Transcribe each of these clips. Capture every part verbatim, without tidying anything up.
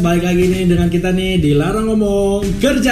balik lagi nih dengan kita nih di Larang Ngomong Kerja.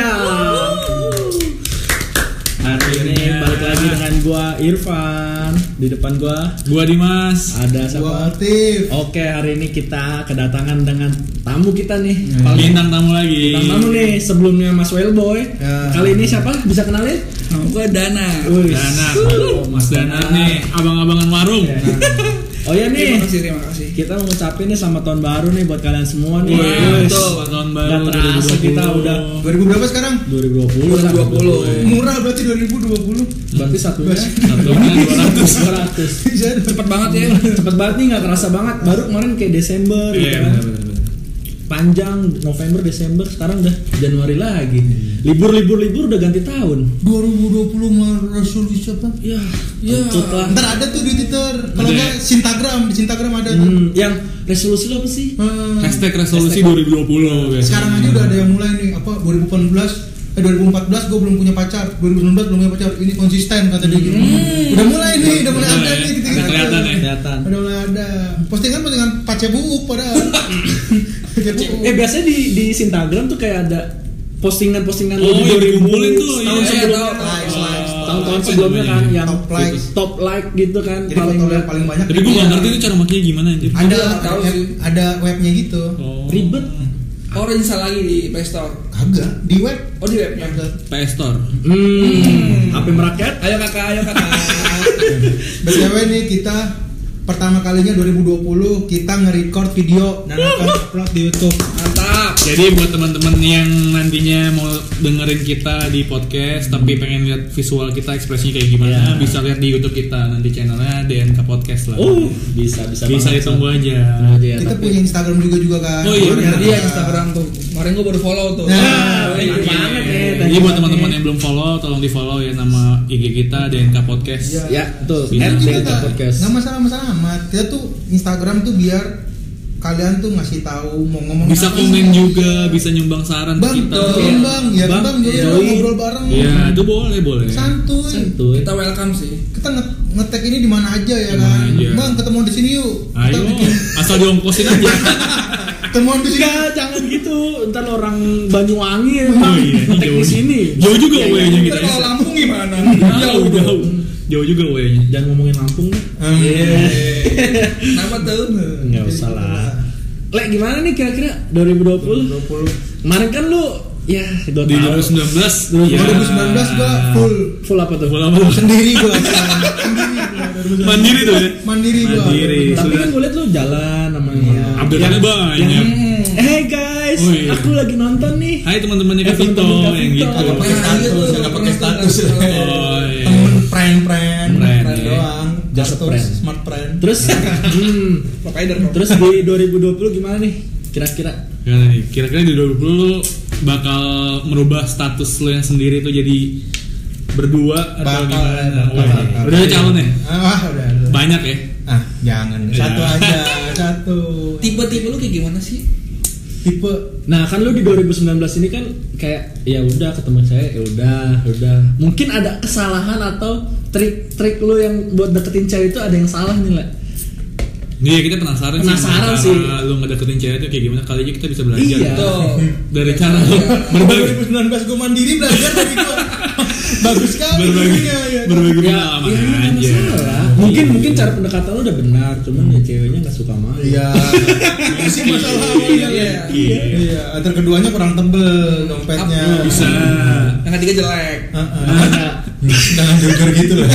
Hari ini balik lagi dengan gua Irfan, di depan gua gua Dimas, ada siapa? Aktif. Oke, hari ini kita kedatangan dengan tamu kita nih. hmm. bintang tamu lagi. Bintang tamu nih, sebelumnya Mas Wellboy. Ya. Kali ini siapa? Bisa kenalin? Nama gue Dana. Wih. Dana, oh, Mas Dana nih, abang-abangan warung. Ya. Oh ya nih, Terima kasih, terima kasih. kita mau ngucapin nih selamat tahun baru nih buat kalian semua nih. Wih, Wih. betul, tahun baru Gak terasa kita udah dua ribu berapa sekarang? dua ribu dua puluh. dua ribu dua puluh. Murah berarti dua ribu dua puluh. Berarti satunya Satunya dua ratus. dua ratus. Cepet banget ya. Cepet banget nih, gak kerasa banget. Baru kemarin kayak Desember gitu Iya, kan. benar-benar. Panjang November, Desember, sekarang udah Januari lagi. Libur-libur-libur udah ganti tahun. dua ribu dua puluh mau resolusi apa? Ya, Ya. entut lah. Ntar ada tuh di Twitter. Kalau Ada. enggak Instagram, di Instagram ada tuh. Hmm, yang resolusi lo apa sih? Hmm. Hashtag resolusi dua ribu dua puluh. guys. Sekarang aja udah ada yang mulai nih, apa dua ribu delapan belas eh dua ribu empat belas gue belum punya pacar, dua ribu sembilan belas belum punya pacar. Ini konsisten kata dia gitu. Udah mulai nih, udah mulai ada nih gitu. Udah kelihatan ya. Kelihatan. Udah mulai ada. Postingan-postingan pacar buuk padahal. Pacar buuk. Eh biasanya di di Instagram tuh kayak ada postingan-postingan Oh, lo di yang dua ribu dikumpulin tuh, tahun iya, sebelumnya, tahu, tahu. Likes, likes, tahun-tahun Apa sebelumnya namanya? kan yang Top likes. top like gitu kan, Jadi paling foto yang paling banyak. Tapi gua nggak ngerti itu cara makanya gimana anjir. Ada Gua nggak tahu web- sih. ada webnya gitu. Oh. ribet. Oh, udah install lagi di Play Store. Kagak di web. Oh, di webnya. P S Store. Hmm, H P merakyat. Ayo kakak, ayo kakak. B T W nih kita pertama kalinya dua ribu dua puluh kita nge-record video dan akan upload di YouTube. Mantap. Jadi buat teman-teman yang nantinya mau dengerin kita di podcast tapi pengen lihat visual kita ekspresinya kayak gimana, Ya. bisa lihat di YouTube kita nanti channelnya D N K Podcast lah. Oh, bisa bisa bisa banget, ditunggu Sob. aja. Tunggu aja ya, Kita tapi- punya Instagram juga juga kan. Oh iya, Kemarin Nah, ada. dia Instagram tuh. Kemarin gue baru follow tuh. Nah, Ah, thank you iya. banget ya. Jadi buat teman-teman yang belum follow, tolong di follow ya nama I G kita D N K Podcast. Iya. Ya, betul. Bisa. At Itu D N K juga Podcast. nggak masalah-masalah amat. Kita tuh Instagram tuh biar kalian tuh ngasih tahu mau ngomong Bisa apa. komen juga, bisa nyumbang saran Bang, ke kita. join bang, ya Bang, bang, join iya. dong, ngobrol bareng. Iya, itu boleh, boleh. Santuy. Santuy. Kita welcome sih. Kita nge- nge-tag ini di mana aja ya Di mana kan. aja. Bang, ketemu di sini yuk. Kita Ayo, bikin asal diongkosin aja. ketemuan di sini. Enggak, jangan gitu. Ntar orang Banyuwangi ya. Oh iya, ini Ngetek jauh. di sini. Jauh juga Iya, W-nya Kita kita. kalau Lampung gimana? Jauh, jauh. Jauh juga W-nya. Jangan ngomongin Lampung nih. Hmm. Kenapa tuh? Enggak usah lah. Le, gimana nih kira-kira dua ribu dua puluh? dua puluh Kemarin kan lu ya gua Di tahu. dua ribu sembilan belas. dua ribu ya. dua ribu sembilan belas gua full Full apa tuh? Full apa tuh? sendiri gua. Sendiri gua. Mandiri tuh ya. Mandiri gua. Mandiri. Tapi Sudah. kan gue liat lu jalan sama Iya. Update-nya banyak. yang, hey guys, Oh, iya. aku lagi nonton nih. Hai teman-temannya Eh, Kak Vito teman-teman Kak yang Vito. gitu. Nggak pakai Nah, status, gitu. nggak pakai status. Oh iya. Temen prank prank Prank, prank iya. doang. Just Status, prank. smart prank. Terus, hmm, Provider. terus di dua ribu dua puluh gimana nih? Kira-kira? Gimana nih? Kira-kira di dua ribu dua puluh lu bakal merubah status lu yang sendiri tuh jadi berdua atau Bakal, gimana? bakal, Wah, bakal. udah ada calon ya? Ah, udah. udah. Banyak ya? Ah, jangan. Satu Ya. aja, satu. Tipe-tipe lu kayak gimana sih? Tipe Nah kan lu di dua ribu sembilan belas ini kan kayak ya udah ketemu saya ya udah udah mungkin ada kesalahan atau trik-trik lu yang buat deketin cewek itu ada yang salah nih lah. Iya, kita penasaran, Penasaran sih. sih. Cara lu ngedeketin cewek tuh kayak gimana? Kali aja kita bisa belajar. Iya. Tuh. Dari cara lu dua berbagi ribu sembilan belas gue mandiri belajar dari gua. Bagus sekali. berbagi Iya, iya. berbagi Ya, pengalaman ya, nggak aja. masalah. Mungkin mungkin cara pendekatan lu udah benar, cuman ya ceweknya nggak suka malu. Iya. Itu sih masalah awalnya. Iya. Iya. Iya. Antar keduanya kurang tebel dompetnya. Up. Bisa. Yang ketiga jelek. Heeh. Nah, Jangan jujur gitu lah.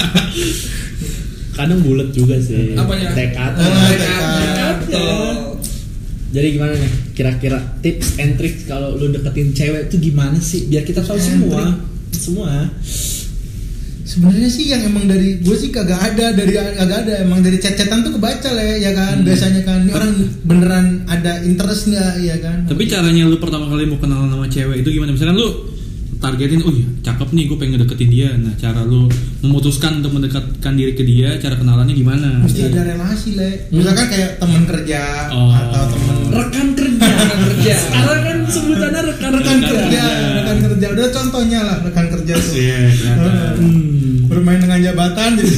kadang bulat juga sih. Apanya? Tekad. Ah, Tekad. Betul. Jadi gimana nih? Kira-kira tips and tricks kalau lu deketin cewek itu gimana sih? Biar kita tahu Tips and semua. Semua. Sebenarnya sih yang emang dari gue sih kagak ada, dari kagak ada, emang dari chat-chatan tuh kebaca lah ya, ya kan. Biasanya kan ini orang beneran ada interest nggak ya kan. Tapi caranya lu pertama kali mau kenalan sama cewek itu gimana? Misalkan lu targetin, oh iya cakep nih, gue pengen deketin dia. Nah, cara lu memutuskan untuk mendekatkan diri ke dia, cara kenalannya gimana? Mesti ada relasi le. Misalkan kayak teman kerja Oh. atau teman Rekan kerja. Rekan kerja. Sekarang kan sebutannya rekan-rekan rekan kerja. kerja, rekan kerja. Udah contohnya lah rekan kerja tuh. Iya, kelihatan. Hmm. Bermain dengan jabatan jadi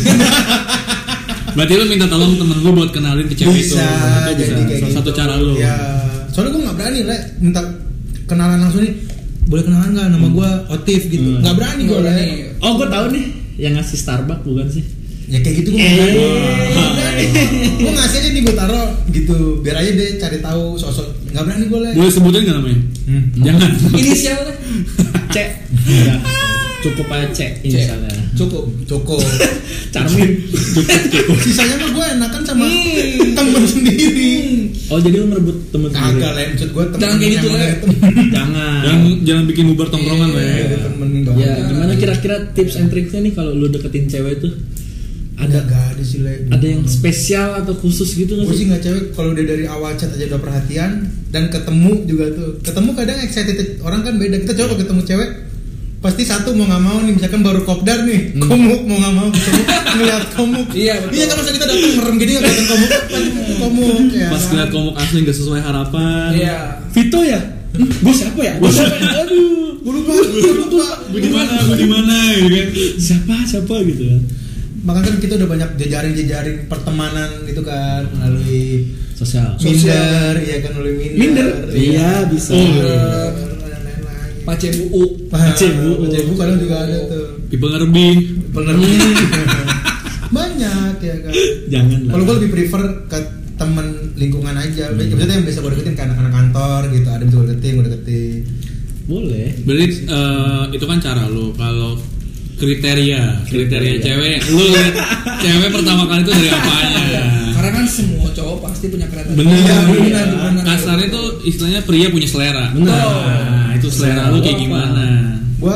Berarti lu minta tolong temen lu buat kenalin ke cewek itu. bisa Itu jadi kayak salah gitu. satu cara lu. Ya, soalnya gue nggak berani berani lah minta kenalan langsung nih. Boleh kenalan nggak nama gue Otif gitu. Nggak berani gue lah. Oh gue tahu nih yang ngasih Starbucks bukan sih? Ya kayak gitu gue nggak berani. Gue ngasih aja nih gue taruh gitu. Biar aja deh cari tahu sosok. Nggak berani gue lah. Boleh sebutin nggak namanya? Hmm. Jangan. Inisial deh. C. Enggak. Cukup aja C inisialnya. Cukup, cukup. Charmin. Cukup cukup. Sisanya mah gue enakan sama temen sendiri. Oh jadi lu ngerebut temen sendiri? Kagak lah, maksud gue temen. Jangan kayak gitu, yang Le. dari temen. Jangan. Jangan jangan bikin bubar tongkrongan lah ya. Dari temen dong. Ya gimana kira-kira tips and triknya nih kalau lu deketin cewek tuh? Ada Ada gak ada sih Le. ada yang spesial atau khusus gitu nggak Gue sih sih? nggak cewek kalau udah dari awal chat aja udah perhatian dan ketemu juga tuh. Ketemu kadang excited orang kan beda. Kita coba ketemu cewek pasti satu mau nggak mau nih misalkan baru kopdar nih hmm. komuk mau nggak mau ketemu ngeliat komuk Iya, betul. iya kan masa kita datang merem gini nggak kelihatan komuk pas komuk ya Pas kan? ngeliat komuk asli nggak sesuai harapan. Iya. Vito ya? Gue siapa ya? Gue siapa? ya? Aduh, gue lupa gue lupa Gue di mana? Gue di mana? Gitu kan. siapa siapa gitu kan? makanya kan kita udah banyak jejaring-jejaring pertemanan gitu kan melalui Sosial. minder iya kan melalui minder Minder? Iya bisa. Minder, dan lain-lain. Pace buu. Pacebu Pacebu kadang juga ada tuh People lebih. bener banyak ya kan Jangan lah. kalau gue lebih prefer ke temen lingkungan aja hmm. Maksudnya yang biasa gue deketin ke anak-anak kantor gitu ada yang bisa gue deketin gue deketin Boleh. Berarti eh, itu kan cara lu. Kalau kriteria kriteria cewek, lu lihat cewek pertama kali itu dari apanya? Karena kan semua cowok pasti punya kriteria. Bener, Iya, bener, bener. Kasarnya tuh istilahnya pria punya selera. Bener. Nah, itu selera lu kayak gimana? gue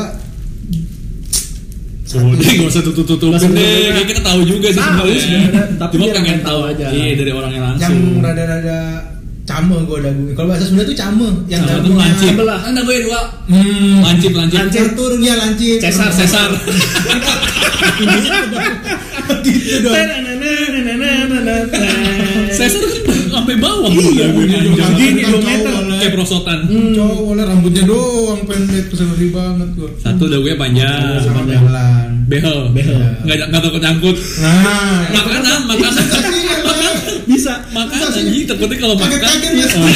Udah nggak usah tutup-tutupin Nggak usah deh, tutup-tutupin. kayak kita tahu juga sih Tahu sebenarnya. sebenarnya, tapi Cuma biar pengen orang tahu tahu aja. Iya dari orangnya yang langsung. rada-rada came gue dagu kalau bahasa Sunda tuh came yang Came tuh dagunya- lancip. Sebelah. Anda gue dua. hmm, Lancip lancip. Lancip. catur ya lancip Cesar, Sesar. gitu dong Sesar kan sampai bawah Iya, tuh dagunya. iya, Jangan gini kan dua cowok meter. lah. Kayak prosotan. cowok oleh rambutnya doang pendek kesel banget gue Satu dagunya panjang. sama belan Behel. Behel. Nggak nggak takut nyangkut. nah Makanan, makanan. kasih ya Bang. Bisa. Makanan anjing takutnya kalau makan. Kaget-kaget, Iya. Mas.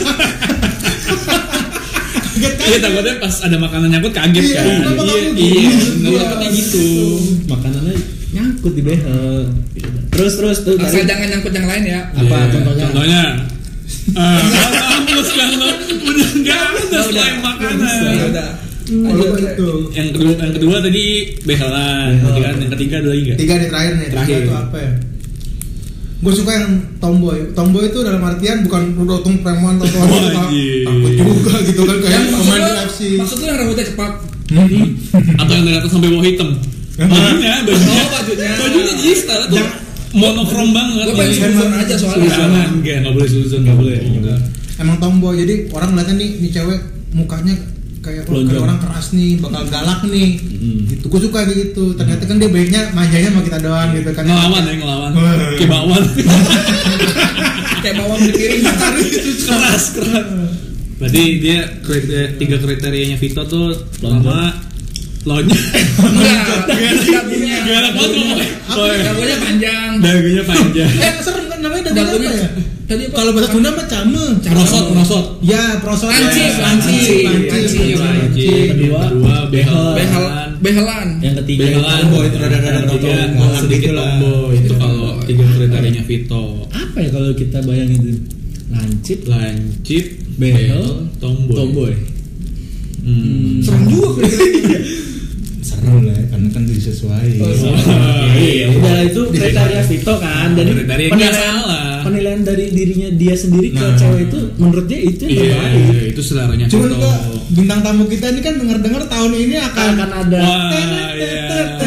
Iya takutnya pas ada makanan nyangkut kaget Iya, kan. kenapa Iya, kamu iya. gitu? Nggak takutnya gitu. Makanannya nyangkut di behel. Terus terus tuh Asal tadi jangan nyangkut yang lain ya. apa Iya, contohnya? Contohnya. Ah, hapus kan lo. Udah enggak ada selain makanan. Ya udah. Kalau gue itu Yang kedua, yang kedua tadi behelan, tadi kan yang ketiga ada lagi nggak? tiga nih terakhir nih Terakhir. tiga itu apa ya gue suka yang tomboy tomboy itu dalam artian bukan udah tung preman atau Wah, apa iya. takut juga gitu kan kayak Yang maksud pemain lu, di F C maksud lu yang rambutnya cepat. Atau yang dari atas sampai bawah hitam? Bajunya, bajunya, Oh, bajunya. bajunya jadi style tuh monokrom banget. Gue pengen Jadi- suzon aja soalnya. Jangan, enggak, nggak boleh suzon, nggak boleh. emang tomboy jadi orang ngeliatnya nih nih cewek mukanya kayak oh, kayak Lonjong. orang keras nih bakal galak nih gitu gue suka kayak gitu ternyata kan dia baiknya manjanya sama kita doang gitu kan Ngelawan ya, ngelawan. Wah. Kayak bakwan. Kayak bawang dipiring. Keras, keras. Berarti dia kriteria, tiga kriterianya Vito tuh pertama lonjong. Enggak. Dagunya. Gak enak banget ngomongnya. Oh, iya. Dagunya panjang. Dagunya panjang. eh serem kan namanya dagunya apa Dagunya. ya Tadi apa? kalau bahasa Sunda mah came Prosot, prosot. ya prosot Lancip, lancip lancip, lancip lancip. lancip Kedua, kedua behel. Behel, behelan. Yang ketiga Behelan, tomboy, itu rada-rada Yang ketiga, tomboy, ngomong sedikit dikit lah. tomboy. Itu kalau tiga kriterianya Vito. apa ya kalau kita bayangin itu? Lancip, Lancip, behel, behel, tomboy. tomboy. Hmm. Serem juga kriteria. seru lah karena kan disesuaikan Oh, Iya, udah itu kriteria Vito kan. Jadi Kriteria nggak penilaian salah. penilaian dari dirinya dia sendiri ke Nah. cewek itu menurut dia itu yang Iya, terbaik. itu seleranya cuman Vito. kok bintang tamu kita ini kan dengar-dengar tahun ini akan Akan ada Wah, iya.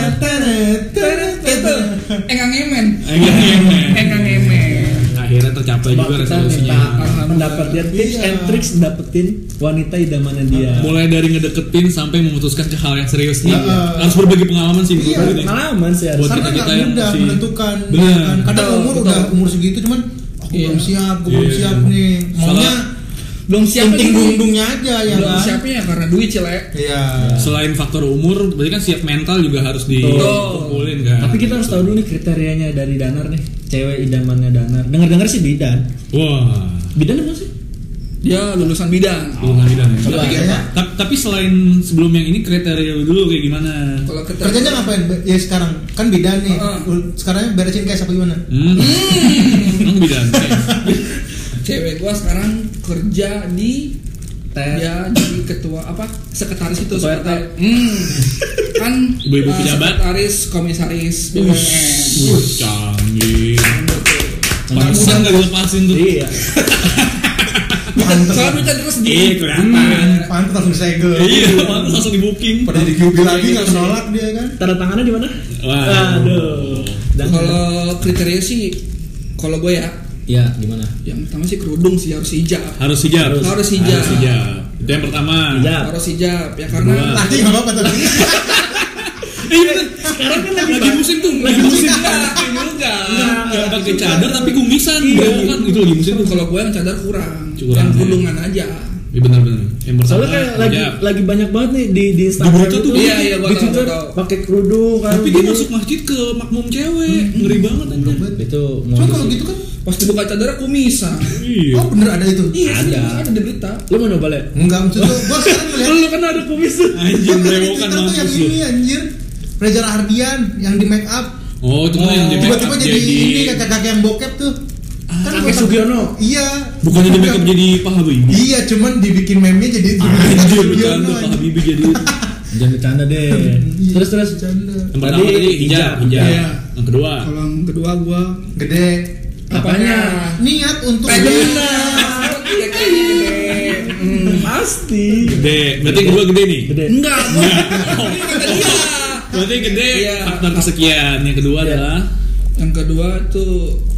Enggak ngemen. Enggak ngemen. Enggak ngemen. Akhirnya tercapai Coba juga kita resolusinya. minta pendapat dia tips Iya. and tricks dapetin wanita idamannya dia. Mulai dari ngedeketin sampai memutuskan ke hal yang serius nih. Iya. Harus berbagi pengalaman sih Iya, menurut gue nih. Pengalaman sih harus. Buat karena kita-kita nggak yang mudah masih- menentukan Bener. ya kan? kadang Betul, umur betul. udah umur segitu cuman aku Iya. belum siap aku belum Iya. siap nih maunya Belum siap penting nih. dung-dungnya aja ya Belum kan siapnya ya karena duit cile. iya Selain faktor umur, berarti kan siap mental juga harus dikumpulin kan. Tapi kita harus tahu dulu nih kriterianya dari Danar nih. Cewek idamannya Danar. Dengar-dengar sih bidan. Wah, Bidan apa sih? Dia lulusan bidang. Lulusan bidang ya. Coba, Tapi, kayaknya. ta- tapi selain sebelum yang ini kriteria lu dulu kayak gimana? Kalau keter- Kerjanya ngapain? Ya sekarang kan bidan nih. Uh-uh. Sekarang beresin kayak apa gimana? Hmm. Emang bidang. Cewek gua sekarang kerja di Tes. ya jadi ketua apa sekretaris itu Ketua sekretaris hmm. kan Ibu-ibu uh, pejabat. sekretaris komisaris B U M N. Wih, canggih. Pantesan gak dilepasin tuh. Iya. Pantes. Soalnya duitnya terus di Iya, kelihatan. Pantes langsung segel. Iya, pantes langsung di booking. Pada di Q B lagi nggak nolak dia kan? Tanda tangannya di mana? Wah. Aduh. Jangan. Kalau kriteria sih kalau gue ya Ya, gimana? yang pertama sih kerudung sih harus hijab. Harus hijab. Harus. Harus hijab. Harus hijab. Itu yang pertama. Hijab. Harus hijab ya karena Kedua. Laki nggak apa-apa tuh. Iya, sekarang kan lagi, lagi musim tuh. lagi musim juga. juga. Enggak pakai cadar tapi kumisan. Iya. Kan itu lagi musim tuh. Kalau gue yang cadar kurang, Kurang, yang ya. kerudungan aja. Iya benar-benar. Yang pertama Soalnya kayak lagi hijab. lagi banyak banget nih di di Instagram berita tuh, itu. iya, iya, gua di tahu, Twitter gua tahu. pakai kerudung kan. Tapi dia gini. masuk masjid ke makmum cewek. Ngeri banget anjir. Itu Cuma modus kalau sih. gitu kan, Pas dibuka cadar kumisan. Iya. oh bener ada itu. Iya, Ada. ada. Ada di berita. Lu mau nyoba Le? Enggak maksud tuh, gua sekarang ngeliat Lu kan ada kumis tuh. Anjing Twitter brewokan tuh yang mampus lu. ini anjir. Reza Ardian yang di make up. Oh, itu mah yang di make up Tiba-tiba jadi ini kakak-kakak yang bokep tuh. Kan Kakek gua- Sugiono. Iya. Bukannya di make up jadi Pak Habibie. Iya, cuman dibikin meme-nya jadi Anjir, Sugiono, bercanda Pak anjir. Habibie jadi. Jangan bercanda deh. Iya, Terus terus bercanda. Yang pertama tadi hijab, hijab. Iya. Yang kedua. Kalau yang kedua gua Gede. Apanya? Niat untuk Kayak gede. benar. Kayak gede. Hmm. Pasti. Gede. Berarti yang kedua gede nih. Gede. Enggak, gua. Ini kata dia. Berarti gede Iya. faktor kesekian. Yang kedua Iya. adalah Yang kedua tuh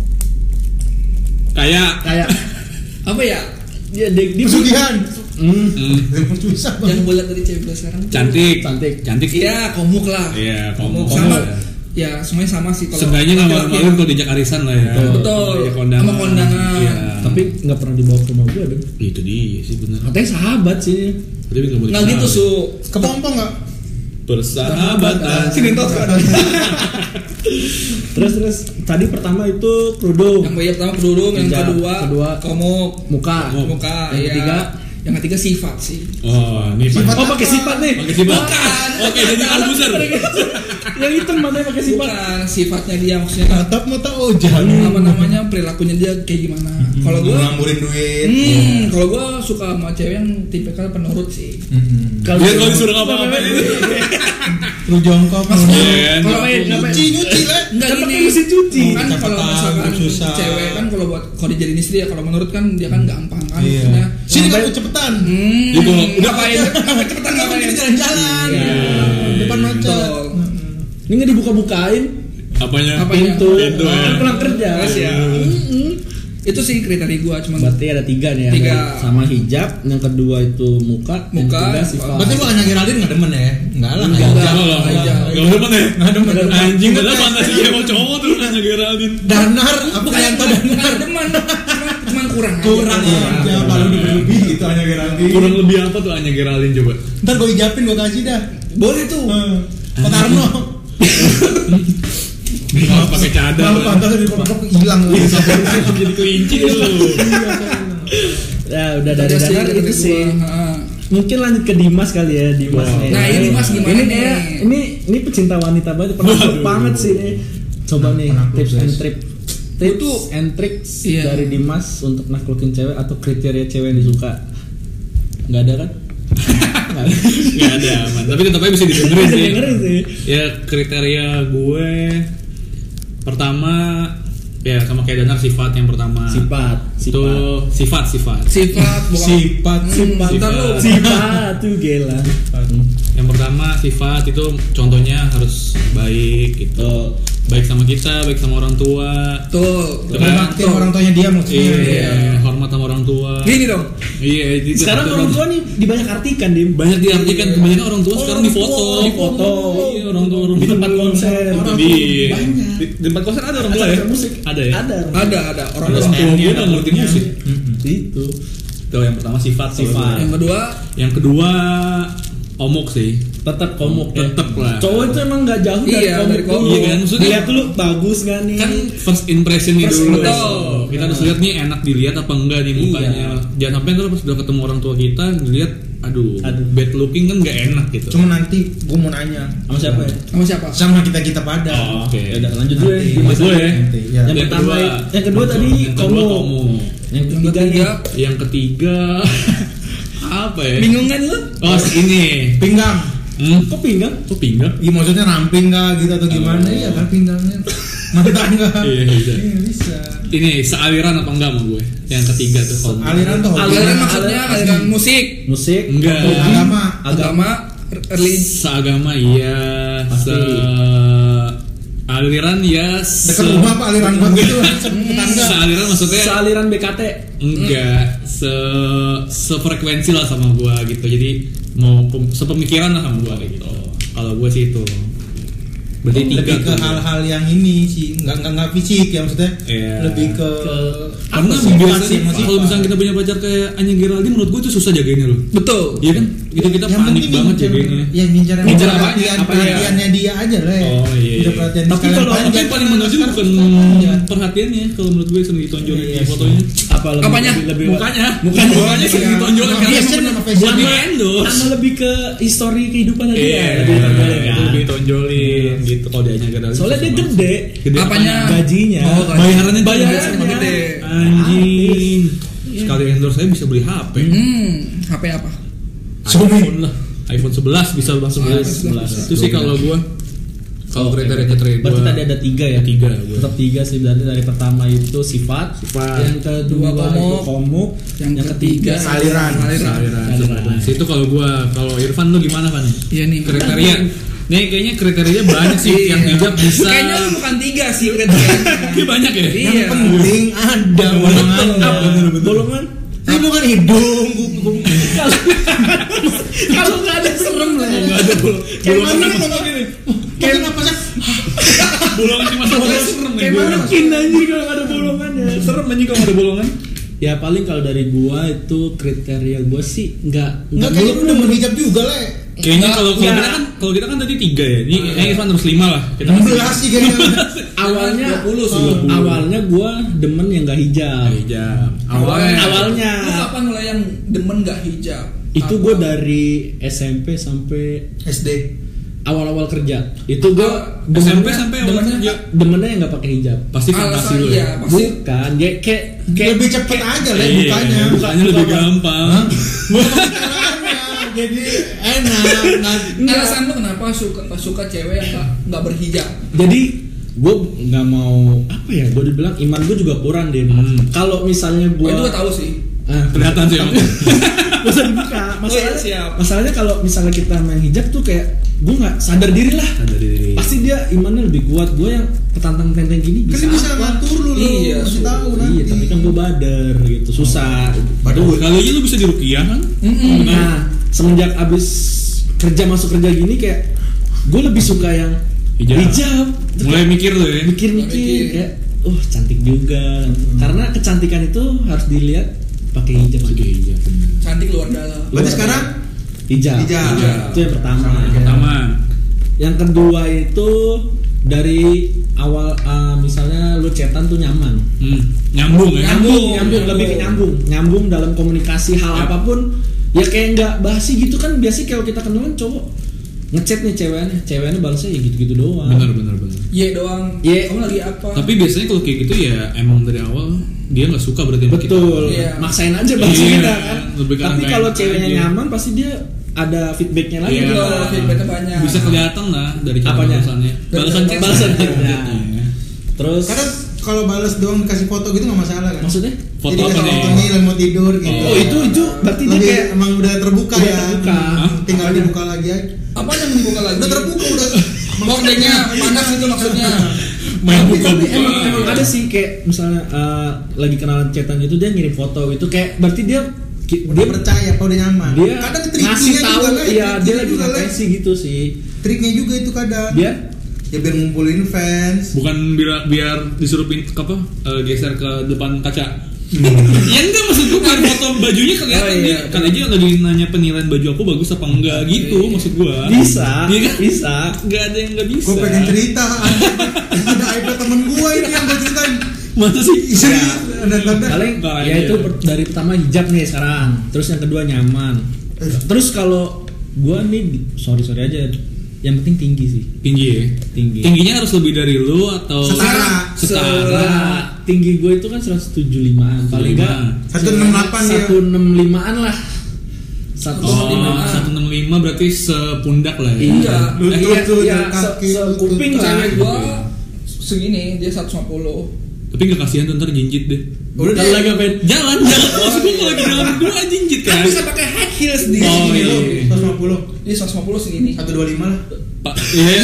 kayak Kayak apa ya? ya di, di Pesugihan. Hmm. hmm, Susah Yang banget. gue lihat dari cewek gue sekarang tuh- cantik, Cantik. cantik. Iya, komuk lah. Iya, komuk. sama. Komuk. Ya, semuanya sama sih kalau Seenggaknya nggak laki-laki malu-malu yang- kalau diajak arisan lah ya. Betul. Ya, kondangan. Sama kondangan. Iya. Tapi nggak pernah dibawa ke rumah gue dong. Itu dia sih benar. Katanya sahabat sih. Tapi nggak boleh. Nggak gitu, Su. Kepompong enggak? Persahabatan. Sini tos kan. Terus terus tadi pertama itu kerudung. Yang bayar pertama kerudung, yang Hijab. kedua Kedua. komuk, Muka. Komuk. muka, Yang iya. ketiga? Yang ketiga sifat sih. Oh, ini Sifat Pak. Oh pakai sifat nih. Pakai sifat. Bukan. Oke, jadi albuser. Yang hitam mana pakai sifat? Bukan sifatnya dia maksudnya Tatap mata ojang. apa namanya perilakunya dia kayak gimana. Kalau gue ngamburin duit. Hmm, kalau gue suka sama cewek yang tipikal penurut sih. Kalau Biar kalau disuruh ngapa-ngapain. Lu jongkok. Iya, Kalau main ngapain? Nyuci nyuci lah. Enggak Kan gini. pakai mesin cuci. Kan kalau Cepetan, misalkan susah. cewek kan kalau buat kalau dijadiin istri ya kalau menurut kan dia kan gampang kan Iya. maksudnya. Sini Ngapain? kamu cepetan. Hmm, Gitu. ngapain? Ngapain cepetan ngapain? Kita jalan-jalan. Iya. Depan macet. Betul. Ini nggak dibuka-bukain. Apanya? Apanya? Pintu. Pintu, ya. Kan pulang kerja. Jelas ya. Mm-mm. Itu sih kriteria gue cuman Berarti ada tiga nih ya. Tiga. Sama hijab. Yang kedua itu muka. Yang Muka. ketiga sifat. Berarti lu Anya Geraldine enggak demen ya? Enggak lah. Enggak. Enggak. Enggak lah, Aja. enggak demen ya? Enggak demen. Anjing, padahal fantasi cewek cowok tuh nanya Geraldine. Danar apa bukan yang bukan bukan demen, cuman cuman kurang aja. kurang Iya. aja kalau lebih gitu Anya Geraldine. Kurang lebih apa tuh Anya Geraldine coba? Ntar gue ijapin gue kasih dah. Boleh tuh. Eh, Pak Tarno. Malah pakai cadar. Malah pantasnya di pondok hilang. Jadi kelinci lu. Ya udah dari Ada sih Danar itu kriteria sih. gua. Ha. Mungkin lanjut ke Dimas kali ya, Dimas Wow. nih. Nah, ini Dimas gimana ini nih? kayak ini ini pecinta wanita banget, penakluk Waduh. banget sih ini. Coba nih Penakluk, tips and guys. trip. Tips and tricks Iya. dari Dimas untuk naklukin cewek atau kriteria cewek yang disuka. Enggak ada kan? Nggak ada. Gak ada aman. Tapi tetap aja bisa didengerin Bisa sih. dengerin sih. Ya kriteria gue pertama ya sama kayak Danar sifat yang pertama. Sifat, Itu sifat sifat. Sifat bukan Sifat, Hmm, sifat. ntar lu Sifat tuh gila. Yang pertama sifat itu contohnya harus baik gitu. Baik sama kita, baik sama orang tua. tuh. Itu kan? Berbakti sama orang tuanya dia maksudnya. Iya, hormat sama orang tua. Gini dong. Iya, itu Sekarang orang tua nih dibanyak artikan, Dim. banyak diartikan kebanyakan orang tua sekarang Orang difoto. tua, difoto. Iya, orang tua orang Di tua. tempat konser. Itu Orang dia. tua banyak. Di, di tempat konser ada orang tua ya? Acara musik Ada ya? Ada. Ada ada orang Orang tua. tua gue nggak ngerti musik. Itu. Itu yang pertama sifat Sifat. Yang kedua Yang kedua omok sih. Tetap komuk ya. Tetep lah. Cowok itu emang nggak jauh dari Iya, komuk. dari komuk. Iya kan, maksudnya- Lihat dulu bagus gak nih? Kan first impressionnya First dulu. impression. Oh, kita harus lihat nih enak dilihat apa enggak nih mukanya. Iya. Jangan sampai ntar pas udah ketemu orang tua kita dilihat, aduh, Aduh. bad looking kan nggak enak gitu. Cuma nanti gue mau nanya Sama siapa ya? Sama siapa? sama kita kita pada. Oh, oke. Ya udah lanjut dulu ya. Nanti. Gimana gue ya? Nanti, ya. Yang pertama, yang kedua tadi yang kedua komuk. komuk. Yang Yang ketiga nih. ketiga, Yang ketiga apa ya? bingung kan lu? Oh, ini. Pinggang. Hmm, Kok pinggang? kok pinggang? Iya maksudnya ramping nggak gitu atau gimana? Oh. Iya kan pinggangnya. Mantap nggak? Iya, bisa. Iya, bisa. Ini sealiran apa enggak sama gue? Yang ketiga tuh komuk. Aliran tuh hobi. Aliran maksudnya aliran musik, Musik? Enggak. hobi, Agama. agama, religion. Seagama iya, Pasti. se aliran ya, Dekat rumah apa aliran buat gitu? Tetangga. sealiran maksudnya Sealiran B K T. enggak se sefrekuensi lah sama gua gitu, jadi mau pem- sepemikiran lah sama gua kayak gitu. Kalau gua sih itu berarti tiga Lebih ke tuh. hal-hal yang ini sih, nggak nggak nggak fisik ya maksudnya. Iya. Lebih ke, Karena apa sih, biasanya sifat. kalau misalnya kita punya pacar kayak Anya Geraldine, menurut gua itu susah jagainnya loh. Betul. Iya kan? Itu kita yang panik penting banget ngincer- jagainnya. Ya ngincer yang Ngincer perhatian, apanya? Apanya? perhatiannya dia aja lah. Oh, iya, iya. Perhatian Tapi sekalian kalau- Tapi yang paling menonjol bukan Iya. perhatiannya, kalau menurut gue sering ditonjolin Iya di sih. fotonya. Apa lebih, Apanya? lebih, lebih Mukanya, Mukanya. mukanya sering Iya. ditonjolin Sama karena fashion, emang sama fashion. buat Sama- di-endorse. sama lebih ke histori kehidupan dia. Iya, Lebih terjolin kan. itu lebih ditonjolin gitu kalau dia Geraldine. Soalnya dia gede. Gede Apanya? Gajinya. Oh, gaji. Bayarannya Bayarannya. sama gede. Iya. Anjing. Sekali endorse saya bisa beli H P. Hmm, H P apa? iPhone lah. iPhone sebelas bisa langsung Ah, beli. sebelas. Itu sih kalau gua kalau kriteria-kriteria gua. Berarti tadi ada tiga ya? Tiga gua. Tetap tiga sih, berarti dari pertama itu sifat, Sifat. yang kedua Dua komuk. itu komuk, Yang, yang ketiga ketiga aliran. aliran. Aliran. Aliran. Itu kalau gua, kalau Irfan lu gimana Van? Iya nih. Kriteria. Nih kayaknya kriterianya banyak sih yang hijab bisa. Kayaknya lu bukan tiga sih kriterianya. Iya banyak ya? Iya. Yang penting ada bolongannya. bolongan. Ini bukan hidung, gua- Kalau nggak ada serem lah. Enggak ada bolong. Kayak Bolongan mana apa? lo begini? Kayak apa sih? Bolongan di masa bolongan serem nih. Kayak gua. mana kin anjing kalau nggak ada bolongannya. Serem anjing kalau nggak ada bolongan. Ya paling kalau dari gua itu kriteria gua sih nggak Enggak kayaknya lu udah berhijab juga lah. Kayaknya kalau kalau Enggak. kita kan kalau kita kan tadi tiga ya. Ini ini Irfan harus lima lah. Kita enam belas sih kayaknya. awalnya dua puluh sih. oh, awalnya gua demen yang nggak hijab. hijab. Awalnya. Awalnya. Lu kapan mulai yang demen gak hijab? Itu Apa? gua dari S M P sampai S D. awal-awal kerja. Itu gua S M P demennya- sampai awal demennya kerja. demennya yang nggak pakai hijab. Pasti fantasi Alasan lu iya, ya. pasti. Bukan, ya kayak kayak Lebih cepet aja lah Iya, bukanya. Bukanya lebih gampang. Caranya, jadi enak. Nah, Alasan lu kenapa suka suka cewek yang gak, gak berhijab? Jadi gue nggak mau apa ya, gue dibilang iman gue juga kurang deh. Hmm. Kalau misalnya Gua gue itu gak tahu sih. ah, Kelihatan sih emang. gak usah dibuka. Masalahnya, Oh, iya, siap. masalahnya kalau misalnya kita main hijab tuh kayak gue nggak sadar diri lah. Sadar diri. Pasti dia imannya lebih kuat. Gue yang petantang tenteng gini kan bisa, dia bisa apa? ngatur lu, lu Iya, kasih su- tahu Iya, nanti. tapi kan gue badar gitu, susah. Aduh, kali aja lu bisa diruqyah kan? Mm-mm. Nah, semenjak abis kerja masuk kerja gini kayak gue lebih suka yang Hijab. hijab. Terus Mulai kayak mikir lu ya. mikir-mikir Mikir. kayak, oh cantik juga. Karena kecantikan itu harus dilihat pakai hijab. Pakai hijab. Cantik luar dalam. Berarti sekarang hijab. Hijab. Itu yang pertama. Pertama. Yang kedua itu dari awal uh, misalnya lu chatan tuh nyaman. Hmm, nyambung ya. Nyambung, nyambung, lebih ke nyambung. Nyambung dalam komunikasi hal Yap. apapun. Ya kayak nggak basi gitu kan, biasanya kalau kita kenal kan cowok ngechat nih ceweknya, ceweknya balasnya ya gitu-gitu doang. Benar benar benar. Iya doang. Iya. Kamu lagi apa? Tapi biasanya kalau kayak gitu ya emang dari awal dia nggak suka berarti sama kita. Betul. Iya. Maksain aja bahasa Iya, kita kan. lebih karena Tapi nggak kalau enak ceweknya aja. nyaman pasti dia ada feedbacknya lagi. Iya. gitu. Betul, feedbacknya banyak. Bisa kelihatan lah dari cara Apanya? balasannya. Dari Balasan cara Balasan chat. chatnya. Iya. Terus kadang kalau balas doang dikasih foto gitu nggak masalah kan? maksudnya? Foto Jadi apa kasih nih? foto nih lagi mau tidur gitu. Oh, itu itu berarti dia Lebih kayak emang udah terbuka udah ya. terbuka. Hah? Tinggal Apanya? dibuka lagi aja. Apa yang dibuka lagi? Udah terbuka udah. Mordeknya panas itu maksudnya. Main tapi, buka tapi buka. emang, emang ada sih kayak misalnya uh, lagi kenalan chatan gitu dia ngirim foto itu kayak berarti dia ki- Udah dia percaya apa udah nyaman. dia kadang ngasih triknya tahu juga lah. iya dia triknya lagi juga lah. ngapain sih gitu sih Triknya juga itu kadang. dia Ya biar ngumpulin fans. Bukan biar biar disuruh pin apa eh, geser ke depan kaca. Ya enggak, maksud gue biar foto bajunya kelihatan. Oh, iya. Dia kan aja lagi nanya penilaian baju aku bagus apa enggak gitu maksud gue. Bisa, Iya kan? bisa. Enggak ada yang enggak bisa. Gue pengen cerita. Ada iPad temen gue ini yang gue ceritain. Masa sih? Serius. Ada tanda. Paling Parah ya aja. itu per- dari pertama hijab nih sekarang, terus yang kedua nyaman. Terus kalau gua nih sorry sorry aja, yang penting tinggi sih. Tinggi ya? Tinggi. Tingginya harus lebih dari lu atau Setara. Setara. Nah, tinggi gue itu kan seratus tujuh puluh limaan, paling enggak seratus enam puluh delapan dia. seratus enam puluh limaan lah. seratus Oh, lima. seratus enam puluh lima berarti sepundak lah ya. Iya, Lutut iya, tuh, iya, kaki, se- lutut. sekuping lah. Cewek gua segini, dia seratus lima puluh. Tapi gak kasihan tuh ntar jinjit deh. Udah Kalau deh. lagi ngapain? Jalan, jalan. Maksud gue kalau lagi jalan berdua jinjit kan. Kan bisa pakai high heels di Oh, sini iya. loh. seratus lima puluh. Ini seratus lima puluh segini. seratus dua puluh lima lah. Pak, iya.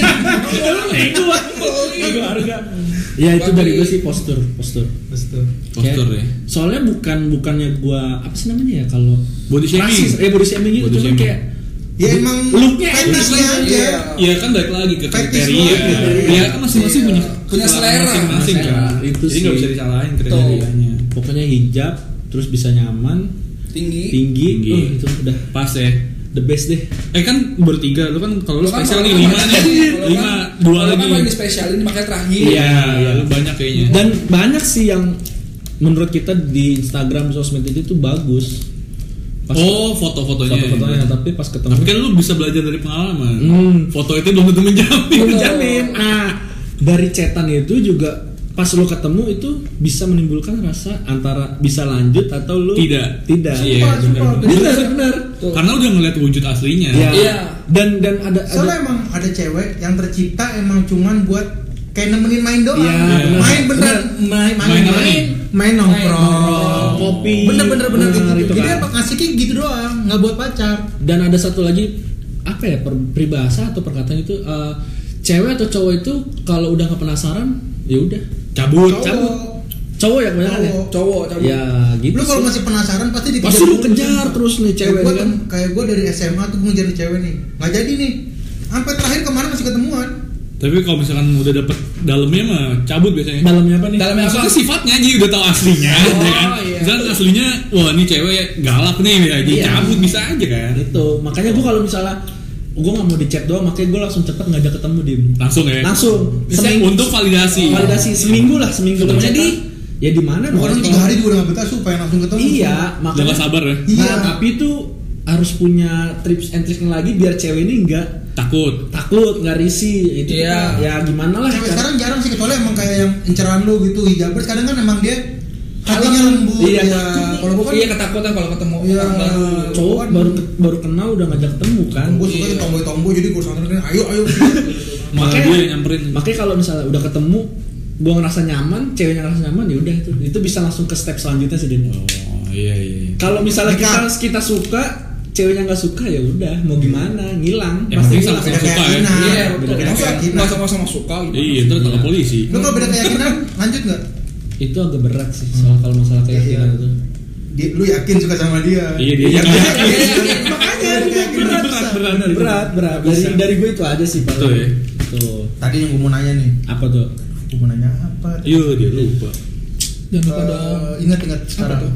Itu itu harga. Ya itu dari gue sih postur, postur. Betul. Postur Kayak- ya. Soalnya bukan bukannya gua apa sih namanya ya kalau Body shaming. rasis, eh body shaming gitu, Body cuman shaming. kayak Ya emang looknya fetishnya enak aja. Iya. Iya kan balik lagi ke Fetish kriteria. lo. Iya kan masing-masing Iya. punya Punya selera. masing-masing Selera. kan. Itu Jadi nggak sih. bisa disalahin kriterianya. pokoknya hijab terus bisa nyaman, Tinggi. tinggi, Tinggi. oh, itu udah Pas ya. the best deh. Eh kan bertiga, lu kan kalau lu Lu kan spesial nih kalau lu lima kan- nih, kalau lima, kan- dua kalau lagi. kan paling spesial ini makanya terakhir. Iya, iya, lu banyak kayaknya. Dan banyak sih yang menurut kita di Instagram sosmed itu tuh bagus. Pas Oh, foto-fotonya. foto-fotonya, tapi pas ketemu Tapi kan lu bisa belajar dari pengalaman. Hmm. Foto itu belum tentu menjamin. menjamin. Ah, dari chatan itu juga pas lo ketemu itu bisa menimbulkan rasa antara bisa lanjut atau lu Tidak. Tidak. Iya, Sumpah, benar. sumpah. Benar, benar. Tuh. Karena udah ngeliat wujud aslinya. Ya. Iya. Dan dan ada Soalnya ada emang ada cewek yang tercipta emang cuman buat kayak nemenin main doang. Iya, bener. main beneran main main Main apa main, nih? main nongkrong, nongkrong, kopi. Bener bener bener Bener, gitu. itu Jadi kan. apa ngasih kayak gitu doang, nggak buat pacar. dan ada satu lagi apa ya per, peribahasa atau perkataan itu eh, cewek atau cowok itu kalau udah nggak penasaran ya udah Cabut. Cowok. cabut. Cowok ya kebanyakan ya. Cowok. Cowok, cabut. Ya gitu. Lu kalau sih. masih penasaran pasti dikejar. Pasti lu dulu. kejar terus nih cewek Kayak gua, kan. kayak gue dari S M A tuh gue ngejar nih cewek nih, nggak jadi nih. Sampai terakhir kemarin masih ketemuan. Tapi kalau misalkan udah dapet dalamnya mah cabut biasanya. Dalamnya apa nih? Dalamnya apa? Maksudnya sifatnya aja udah tahu aslinya, Oh, ya kan? iya. Misalkan aslinya, wah ini cewek galak nih, ya, jadi Iya. cabut bisa aja kan? Itu makanya gue kalau misalnya gue nggak mau di chat doang, makanya gue langsung cepet ngajak ketemu dim. Langsung ya. Langsung. Seminggu untuk validasi. Validasi seminggu lah, seminggu. Ketemunya Ternyata, di- ya di mana? Bukan dong? tiga hari juga udah nggak betah supaya langsung ketemu. Iya, Udah makanya. gak sabar ya? Iya. Nah, tapi itu harus punya tips and tricks lagi biar cewek ini nggak Takut. takut, nggak risih. Itu Iya. kita, ya gimana lah. Cewek cara- sekarang jarang sih kecuali emang kayak yang inceran lu gitu hijabers kadang kan emang dia hatinya lembut. Iya, ya. takut. Kalau gua kan Iya, ketakutan kalau ketemu Iya. orang baru. Cowok kan- baru baru kenal udah ngajak ketemu kan. gue suka Iya. tomboy tomboy jadi gue santerin ayo ayo. Malah Makanya- dia yang nyamperin. Makanya kalau misalnya udah ketemu, gua ngerasa nyaman, ceweknya ngerasa nyaman, ya udah itu. Itu bisa langsung ke step selanjutnya sih. Din. Oh iya iya. Kalau misalnya kita Nikah. kita suka, ceweknya nggak suka ya udah, mau gimana, ngilang. Ya, Pasti penting ngilang. sama-sama Beda suka ya. keyakinan. Iya, Beda betul. Beda Masa keyakinan. masa sama suka gitu. Iya, itu tangkap polisi. Lu kalau beda keyakinan lanjut nggak? Itu agak berat sih soal kalau masalah keyakinan Iya. itu. Dia, lu yakin suka sama dia? Iya, dia Iya, juga iya, yakin. iya, iya. Makanya Beda itu keyakinan berat, bisa. berat, berat, berat, berat. Dari Bisa. dari gue itu aja sih paling. Betul ya. Tuh. Tadi yang gue mau nanya nih, Apa tuh? gue mau nanya apa? Iya, dia lupa. Jangan lupa dong. Eh, ingat ingat sekarang. tuh?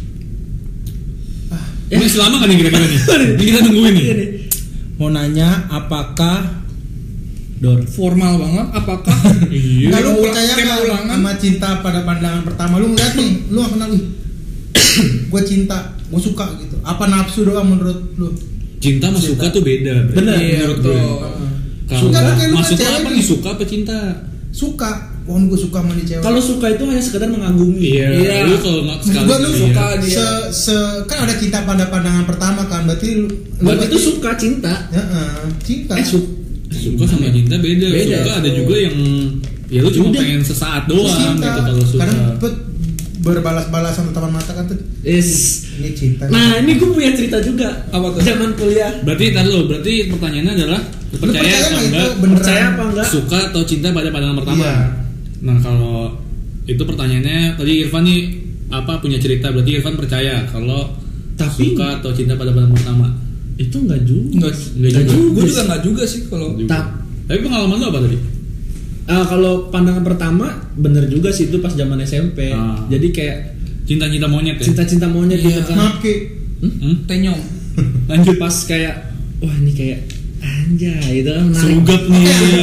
Ah, Ini masih lama kan nih kira-kira nih? Ini kita nungguin nih. mau nanya apakah Dor. Formal banget apakah Iya. nggak lu Kayak percaya kayak nggak ulangan. sama cinta pada pandangan pertama? Lu ngeliat nih, lu nggak kenal nih. Gue cinta, gue suka gitu. Apa nafsu doang menurut lu? Cinta sama suka tuh beda. Bre. Bener. Iya, Menurut betul. gue. Kalau Suka tuh kayak lu maksud kan lo cewek apa nih. nih suka apa cinta? Suka, wah gue suka sama nih cewek. Kalau suka itu hanya sekedar mengagumi. Iya. Iya. Lu kalau nggak Maksud sekali gua lu iya. suka dia. se, se kan ada cinta pada pandangan pertama kan, berarti lu lu Berarti itu suka cinta. Ya, eh, cinta. Eh su Suka sama cinta beda. Beda. Suka ada juga yang ya lu cuma Udah. pengen sesaat Terus doang cinta. gitu kalau suka. Kadang bet, berbalas-balasan tatapan mata kan tuh. is. Ini cinta. Nah ini gue punya cerita juga. Apa tuh? Zaman kuliah. Berarti tar lu, berarti pertanyaannya adalah Lu percaya percaya atau nggak itu enggak beneran? Percaya apa enggak? suka atau cinta pada pandangan pertama? Iya. Nah, kalau itu pertanyaannya tadi Irfan nih apa punya cerita, berarti Irfan percaya kalau Tapi- suka atau cinta pada pandangan pertama. Itu enggak juga. Enggak, Enggak juga. Gue juga enggak juga sih kalau Juga. Ta- Tapi pengalaman lu apa tadi? Ah, kalau pandangan pertama bener juga sih itu pas zaman S M P. Ah. Jadi kayak Cinta-cinta monyet ya. cinta-cinta monyet gitu kan. Maaf Ki. Hmm? Tenyong. Lanjut pas kayak wah ini kayak anjay itu kan menarik. Sugat nih.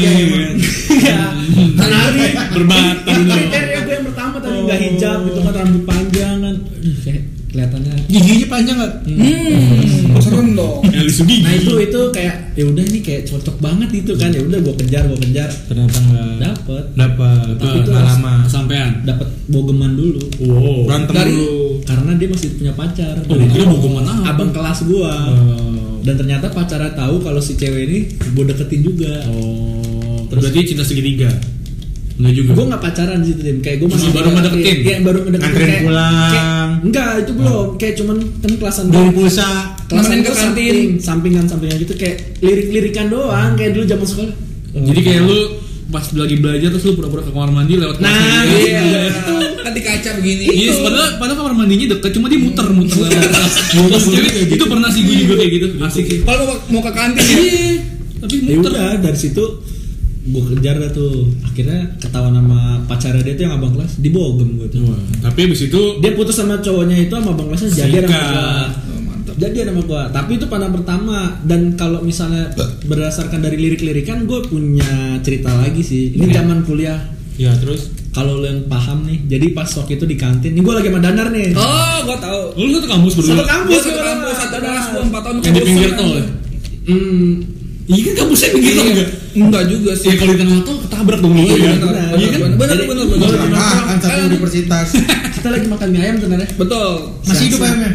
Ya, menarik. Berbatang. Kriteria gue yang pertama tadi nggak hijab gitu kan, rambut panjang kan. Aduh, kayak kelihatannya. Giginya panjang nggak? Hmm. Serem dong. Elis gigi. Nah itu itu kayak ya udah ini kayak cocok banget itu kan, ya udah gue kejar gue kejar Ternyata enggak. dapet Dapat. Tapi itu Nggak lama. Sampean. dapet bogeman dulu Wow. Berantem Dari- dulu. karena dia masih punya pacar. Oh, Dan dia itu bogeman apa? abang kelas gua. Oh. Dan ternyata pacarnya tahu kalau si cewek ini gue deketin juga. Oh. Terus- Berarti cinta segitiga. Enggak juga. Gue nggak pacaran sih Dim, kayak gue Cuma masih baru ngedeketin? Iya, baru ngedeketin. Nganterin kayak- pulang. kayak- enggak, itu belum. Kayak cuman kan kelasan Beli pulsa. kelasan Nemenin gue ke kantin. samping, sampingan sampingan gitu kayak lirik-lirikan doang kayak dulu zaman sekolah. Jadi kayak lu pas lagi belajar terus lu pura-pura ke kamar mandi lewat Nah, kelas. iya. Kan di kaca begini. Iya, padahal padahal kamar mandinya deket, cuma dia muter-muter lewat kelas. Jadi itu pernah sih gue juga kayak gitu. Asik sih. Kalau mau, mau ke kantin ya. Iya. Tapi Ya muter. udah dari situ gue kejar dah tuh. Akhirnya ketahuan sama pacarnya dia tuh yang abang kelas, dibogem gue tuh. Wah, tapi abis itu Dia putus sama cowoknya itu sama abang kelasnya jadian sama Sikat. gua. Oh, mantap. Jadian sama gua. Tapi itu pandang pertama, dan kalau misalnya berdasarkan dari lirik-lirikan gue punya cerita lagi sih. Ini zaman kuliah. ya terus Kalau lo yang paham nih, jadi pas waktu itu di kantin, ini gue lagi sama Danar nih. Oh, gua tahu. lu satu kampus berdua. Satu kampus, Gua satu berdua. kampus, satu kelas, gua empat tahun Yang di pinggir tol ya? Hmm, Iya kan kampusnya pinggir tol enggak? Enggak juga sih. Ya kalau di tengah tol ketabrak dong lu Iya, ya. benar. Iya kan? Benar, Jadi, benar, gua benar. lagi nongkrong. Ah, kan satu Eh, universitas. Kita lagi makan mie ayam sebenarnya. Betul. Masih hidup ayamnya?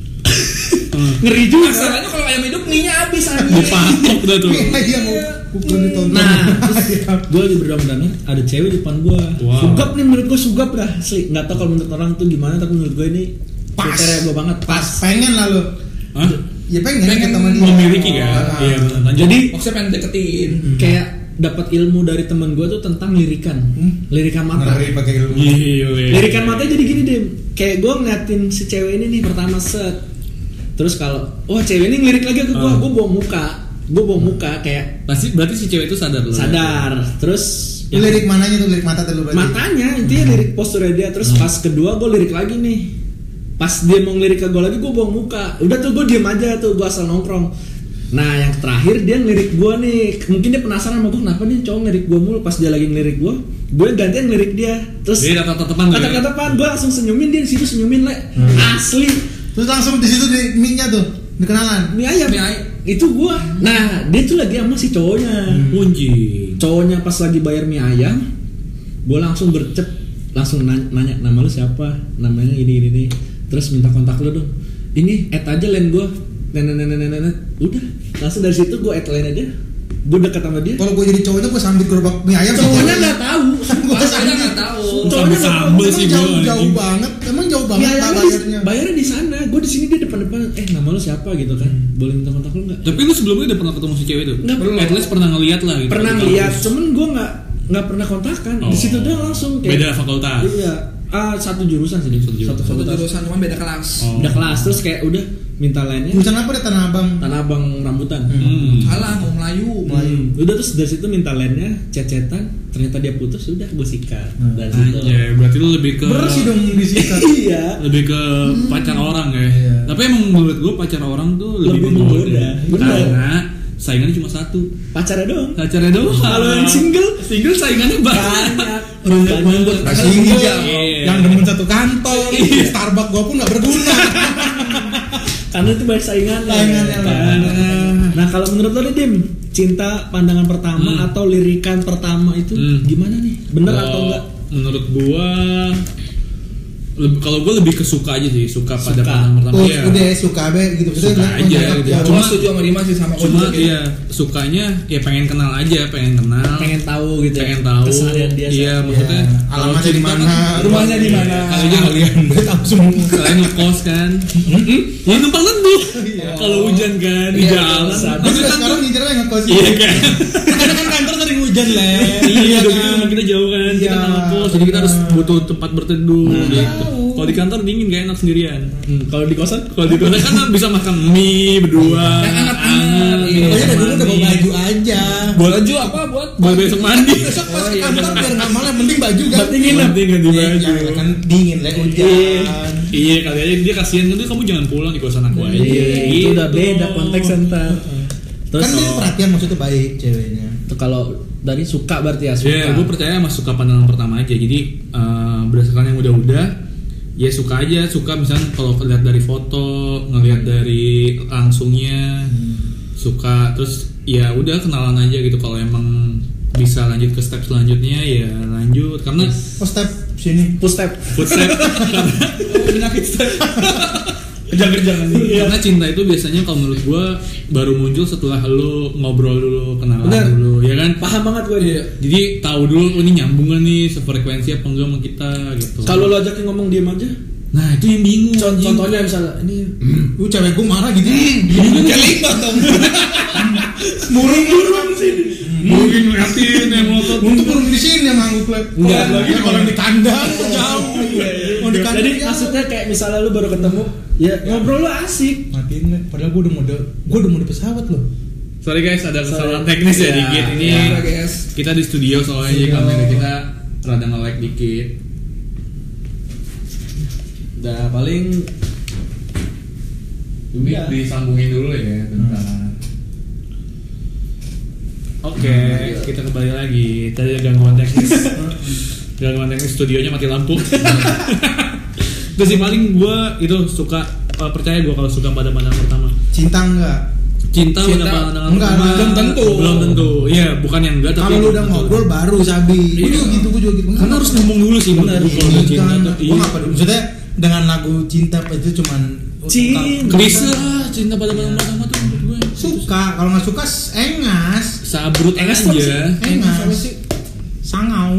Ngeri juga. Masalahnya kalau ayam hidup mie-nya habis Dia anjing. patok dah tuh. Iya mau pukul ditonton. Nah, gue lagi berdua sama Danar, ada cewek di depan gue. Wow. Sugap nih menurut gue, sugap dah. Asli, nggak tahu kalau menurut orang tuh gimana, tapi menurut gue ini Pas. kriteria gue banget. Pas. Pengen lah lu. Hah? Ya pengen, Pengen ketemu dia. Memiliki kan? Ah. Iya, benar. Lanjut. Jadi Maksudnya pengen deketin. kayak dapat ilmu dari temen gue tuh tentang lirikan, Hmm? lirikan mata. Ngeri pakai ilmu. Gile. Lirikan mata jadi gini deh, kayak gue ngeliatin si cewek ini nih pertama set, terus kalau wah cewek ini ngelirik lagi ke gue, Ah. gue bawa muka, gue bawa muka kayak Pasti berarti si cewek itu sadar lu. sadar, terus Lu lirik mananya tuh, lirik mata dulu berarti. matanya intinya lirik posturnya dia, terus pas kedua gue lirik lagi nih, pas dia mau ngelirik ke gue lagi gue bawa muka, udah tuh gue diem aja tuh, gue asal nongkrong. Nah yang terakhir dia ngelirik gue nih, mungkin dia penasaran sama gue kenapa nih cowok ngelirik gue mulu, pas dia lagi ngelirik gue, gue gantian ngelirik dia, terus Dia tatap-tatapan tuh ya? tatap-tatapan, gue langsung senyumin, dia di situ senyumin le, asli. Terus langsung di situ di mic-nya tuh, dikenalan. Mie ayam, Mie ayam. itu gue. Nah dia tuh lagi sama si cowoknya, Kunci. cowoknya pas lagi bayar mie ayam, gue langsung gercep, langsung nanya, nanya nama lu siapa, namanya ini ini nih, terus minta kontak lu dong, ini add aja line gue, nenek nenek nenek nenek, udah langsung dari situ gue add line aja, gue deket sama dia. Kalau gue jadi cowoknya gue sambil gerobak mie ayam. Cowoknya nggak tahu, Masalahnya nggak tahu. cowoknya nggak tahu. Sambel sih Emang jauh gua, jauh anjing. banget. Emang jauh Mie banget tak ayamnya di, bayarnya. bayarnya di sana, gue di sini dia depan depan, eh nama lu siapa gitu kan, boleh minta kontak lu nggak? Tapi lu sebelumnya udah pernah ketemu si cewek itu? Nggak pernah. At least pernah ngeliat lah gitu. Pernah Di ngeliat, kampus. cuman gue nggak nggak pernah kontakkan, Oh. di situ doang langsung kayak Beda fakultas. Iya, ah satu jurusan sih, Satu jurusan. satu Satu fakultas. jurusan cuma beda kelas. Oh. Udah kelas terus kayak udah minta lainnya Jurusan apa deh Tanah Abang? Tanah Abang rambutan. Hmm. Salah mau Melayu. Hmm. Udah terus dari situ minta lainnya, chat-chatan, ternyata dia putus, udah gue sikat. Dari situ. Anjay, berarti lu lebih ke Beres sih dong disikat. Iya. lebih ke pacar orang ya. Iya. Tapi emang menurut gua pacar orang tuh lebih, Lebih menggoda. menggoda. Benar. Karena saingannya cuma satu. Pacarnya doang. Pacarnya doang. Kalau yang single, single saingannya banyak. banyak. Banyak buat Kasih Iya. hijau. Iya. Yang demen satu kantor. Starbucks gua pun nggak berguna. Karena itu banyak saingannya. Saingannya, Kan. benar. Nah kalau menurut lo nih Dim, cinta pandangan pertama Hmm. atau lirikan pertama itu Hmm. gimana nih? Bener Kalau atau enggak? Menurut gua leb- kalau gua lebih ke suka aja sih, suka, pada Suka. pandangan pertama. Oh, Iya. udah suka be gitu. Suka Udah, aja menganggap gitu. ya, Cuma Cuma- setuju sama Dimas sih sama aku Cuma juga gitu. iya sukanya ya pengen kenal aja, pengen kenal. Pengen tahu gitu ya? pengen tahu. Keseharian dia. Iya, saat- maksudnya Iya. kalau Alamatnya di cerita mana? kan- Rumahnya di mana? Kalian Kalian udah tahu semua. kalian ngekos kan? Ya numpang neduh. Kalau hujan kan di Iya, jalan. saat- Tapi Maksudnya kan sekarang ngincernya ngekos. iya kan. Karena kan kantor sering hujan le. Iya, udah gitu rumah kita jauh kan. Kita Iya. nggak ngekos, jadi kita harus butuh tempat berteduh gitu. tahu. Kalau di kantor dingin gak enak sendirian. Hmm, kalau di kosan? Kalau di kota kan bisa makan mie berdua. Yang hangat-hangat, anget, iya. minum Pokoknya dari dulu udah bawa manis. baju aja. buat Baju apa buat? buat besok mandi. Besok pas Oh, ke iya, kantor bener. biar nggak malah, penting baju kan. Berarti nginep. Penting ganti Iya, baju. kan dingin lah hujan. Iya kali aja dia kasihan kan, kamu jangan pulang di kosan aku aja. Iya, itu Gitu. udah beda konteks entar. Terus Kan dia perhatian maksudnya baik ceweknya. tuh kalau dari suka berarti ya suka. Ya, gue percaya sama suka pandangan pertama aja. Jadi eh, berdasarkan yang udah-udah, ya suka aja. Suka misalnya kalau lihat dari foto, ngelihat dari langsungnya, suka. Terus ya udah kenalan aja gitu. Kalau emang bisa lanjut ke step selanjutnya ya lanjut. Karena Oh step sini. Push step. footstep karena Penyakit step. Jangan-jangan. karena cinta itu biasanya kalau menurut gue baru muncul setelah lu ngobrol dulu, kenalan Bener. dulu, ya kan? Paham banget gue dia. Jadi tahu dulu oh, ini nyambung gak nih, sefrekuensi apa enggak sama kita gitu. Kalau lo ajakin ngomong diem aja. Nah itu yang bingung. Con- anjing. Contohnya misalnya ini Lu cewek gue marah gitu. Kelima dong. burung-burung sini. Mungkin ngeliatin yang melotot. Untuk burung di sini yang mangguk lah. Enggak, lagi kalau yang di kandang jauh. Mau di kandang Jadi jauh. maksudnya kayak misalnya lu baru ketemu, ya ngobrol lu asik. Matiin lah. Padahal gue udah mau de- gue udah mau di pesawat loh. Sorry guys, ada kesalahan Sorry. teknis ya, Ya, dikit ini. Ya, guys. Kita di studio soalnya jadi Studio. kamera kita rada nge-lag dikit. Udah paling Ini Udah. disambungin dulu ya, bentar. Oke, kita kembali lagi. Tadi ada gangguan teknis. Gangguan teknis studionya mati lampu. Terus sih paling gue itu suka uh, percaya gue kalau suka pada pandangan pertama. Cinta enggak? Cinta, Cinta, pada pandangan enggak, pertama belum tentu. Belum tentu. Iya, bukan yang enggak tapi Kalau lu belum udah tentu. ngobrol baru sabi. Gue Iya. juga gitu, gue juga gitu. Karena harus ngomong dulu sih Benar, menurut gue kalau udah cinta tuh. Gue Iya. nggak peduli. Maksudnya dengan lagu cinta itu cuman Cinta. Klise lah, cinta pada pandangan pertama tuh menurut gue. suka. Kalau nggak suka engas, Sabrut Engas aja. apa sih? engas. Apa sih? Sangau.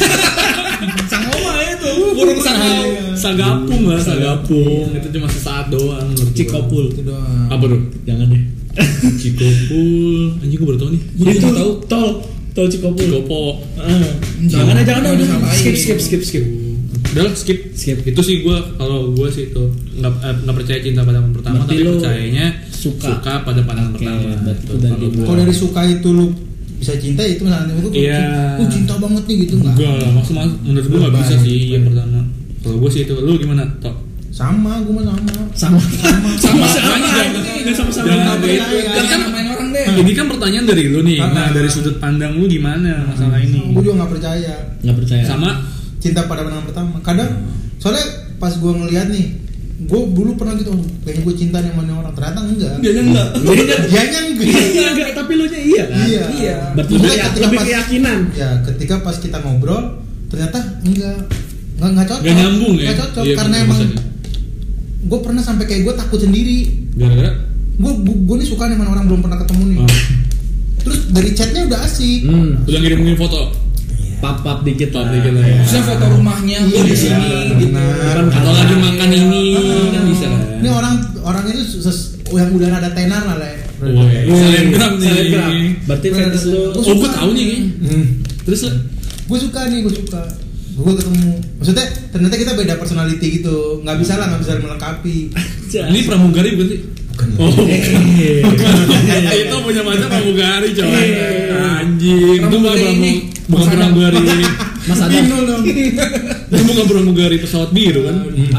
Sangoma itu. Burung sangau. Sagapung lah, sagapung. Itu cuma sesaat doang menurut gue. Cikopul. Itu doang. Apa tuh? Jangan deh. Cikopul. Anjing gue baru tau nih. Gua Itu nggak tahu. tol, tol Cikopul. Cikopo. Ah. Jangan deh, jangan deh, Jangan udah. disamain. Skip, skip, skip, skip. Udah lah, skip. Skip. Itu sih gue, kalau gue sih itu nggak eh, nggak percaya cinta pada pandangan pertama, Berarti tapi lu percayanya suka. pada pandangan Oke, pertama. berarti itu Tuh, dari kalau gua. gua. Kalau dari suka itu lu bisa cinta itu misalnya itu Iya. oh cinta banget nih gitu enggak? Enggak lah, maksud maksud- menurut gue nggak bisa Baik, sih baik. yang pertama. Kalau gue sih itu, lu gimana Tok? Sama, gue mah sama. Sama. Sama. Sama Sama, sama. jangan- sama-sama. jangan Sama. beda. Jangan Kan main orang deh. ini kan pertanyaan dari lu nih. Ah. Nah, dari sudut pandang lu gimana masalah ini? Gue juga nggak percaya Nggak percaya. Sama cinta pada pandangan pertama. Kadang soalnya pas gue ngeliat nih, gue dulu pernah gitu, oh, kayaknya gue cinta nih sama nih orang. Ternyata enggak. Dianya enggak. Dianya enggak. Iya enggak, tapi lu nya iya kan? Iya. Iya. Berarti Maksudnya lebih, ketika lebih pas- keyakinan. Ya, ketika pas kita ngobrol, ternyata enggak. Enggak enggak cocok. Nggak nyambung ya? Nggak cocok Iya, karena bener, emang maksudnya. gue pernah sampai kayak gue takut sendiri. gara-gara Gue gue nih suka nih sama orang belum pernah ketemu nih. oh, Terus dari chatnya udah asik. Hmm. udah ngirim-ngirim foto. Pap-pap dikit Pap lah. dikit lah ya. Bisa foto rumahnya Iya, di sini gitu. benar. Atau lagi makan ini kan bisa kan. Ini orang orang itu ses- yang udah ada tenar lah Le. Woi, selebgram nih. Selebgram. Berarti fetish lu. Gua Oh, gue suka. tahu nih. Hmm. Terus lah. Gue suka nih, gue suka. Gue ketemu. Maksudnya ternyata kita beda personality gitu. Nggak bisa lah, nggak bisa melengkapi. Ini pramugari bukan sih? Bukan. Oh, Eh. itu punya mantan pramugari coy. Eh. Anjing, itu bukan Pramugari pramu, ini. bukan Mas Adam. pramugari. Mas Adam. Dino dong. Itu bukan pramugari pesawat biru kan?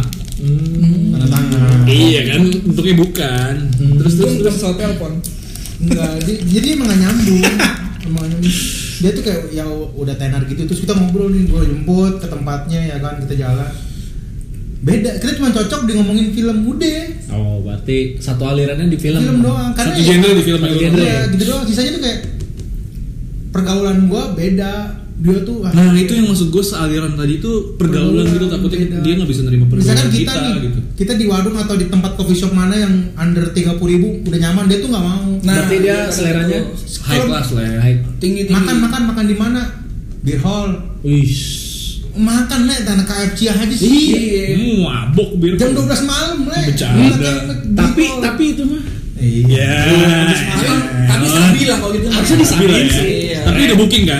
Tanda tangan. Iya kan, bentuknya bukan. Terus Terus terus terus soal telepon. Enggak, di- jadi emang nggak nyambung. Emang nggak nyambung. Dia tuh kayak ya udah tenar gitu. Terus kita ngobrol nih, gue jemput ke tempatnya ya kan, kita jalan. Beda, kita cuma cocok di ngomongin film udah. Oh, berarti satu alirannya di film. Film doang. Karena Satu genre di film Satu yang genre. ya, gitu doang. Sisanya tuh kayak pergaulan gue beda. Dia tuh ah, Nah itu yang maksud gue sealiran tadi itu pergaulan gitu, takutnya beda. dia nggak bisa nerima pergaulan Misalkan kita, kita, nih, gitu. kita di warung atau di tempat coffee shop mana yang under tiga puluh ribu udah nyaman, dia tuh nggak mau. Berarti dia gitu. seleranya High class lah ya. high. tinggi tinggi. makan makan makan di mana? Beer hall. Wih. Makan le, tanah K F C aja sih. Iya. Hmm, mabok bir. Jam dua belas malam le. Bercanda. Makan di Tapi hall. tapi itu mah Iya. Tapi sabi lah kalau gitu. Harusnya Sabi lah ya. Iya. Tapi udah booking kan?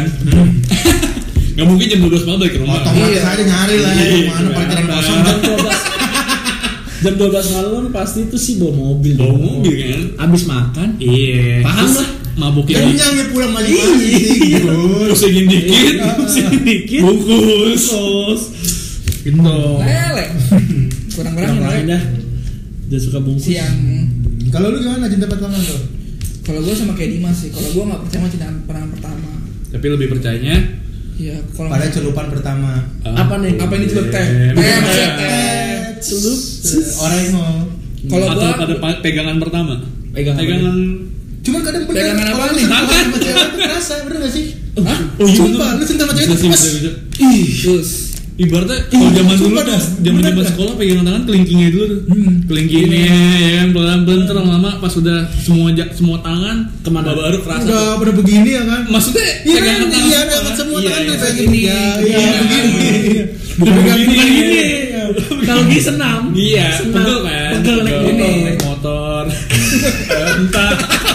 Nggak mungkin jam dua belas malam balik ke rumah. otomatis Iya. aja nyari lah Iya. mana parkiran kosong. jam dua belas jam dua belas malam pasti itu sih bawa mobil. Bawa dong. mobil kan? Abis makan. Iya. Paham Terus lah. mabukin Kenyang ya pulang masing-masing. pusingin dikit Pusingin dikit. bungkus Sos. gitu. Lele. Kurang berani Kurang lah. dah. Dia suka bungkus. Siang. Kalau lu gimana cinta pertama lu? Kalau gue sama kayak Dimas sih. Kalau gue nggak percaya sama cinta pandangan pertama. Tapi lebih percayanya Iya. Kalau Pada celupan pertama. uh, Apa nih? apa ini celup teh? Eh, Eh, maksudnya teh. Celup. Orang yang mau. Kalau atau gua pada pa- pegangan pertama Pegangan. pegangan Cuman kadang bener. Pegangan kalau apaan lu nih? cinta Tangan. sama cewek tuh kerasa, bener gak sih? Hah? oh iya Sumpah, lu cinta sama cewek bisa tuh sih pas. bisa bisa Ih. Terus. ibaratnya kalau zaman dulu sumpah tuh dah, zaman bener zaman dah. sekolah pegangan tangan kelingkingnya dulu tuh kelingkingnya ya kan pelan pelan terus lama pas udah semua ja- semua tangan Kemana? baru kerasa Udah tuh. pada begini ya kan? maksudnya Iya pegangan kan, tangan iya semua. dapat semua Iya, tangan iya. kayak Ini, gini. Iya, iya iya. begini. Bukan Bukan begini. Begini. Kalau di senam. Iya, Senam. pegel kan. Pegel naik Pegel, motor. naik motor. Entah.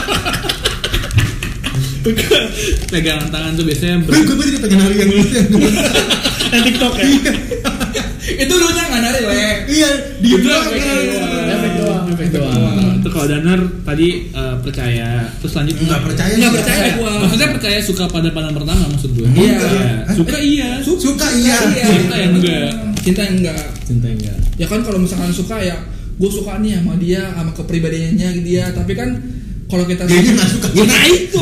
Pegel. Pegangan tangan tuh biasanya ber- Gue gue jadi pengen hari yang gitu. Yang TikTok ya. Itu lu nya nggak nari le. Iya, diem Itu doang. efek kan. doang. Efek doang. Efek doang. Itu kalau Danar tadi eh, percaya, terus lanjut Enggak percaya. Nggak sih. percaya gua. Maksudnya percaya suka pada pandangan pertama maksud gue. Iya. Suka iya. Suka iya. Cinta yang enggak. Cinta yang enggak. Cinta enggak. Ya kan kalau misalkan suka ya gue suka nih sama dia sama kepribadiannya dia tapi kan kalau kita Dianya nggak suka. ya, nah itu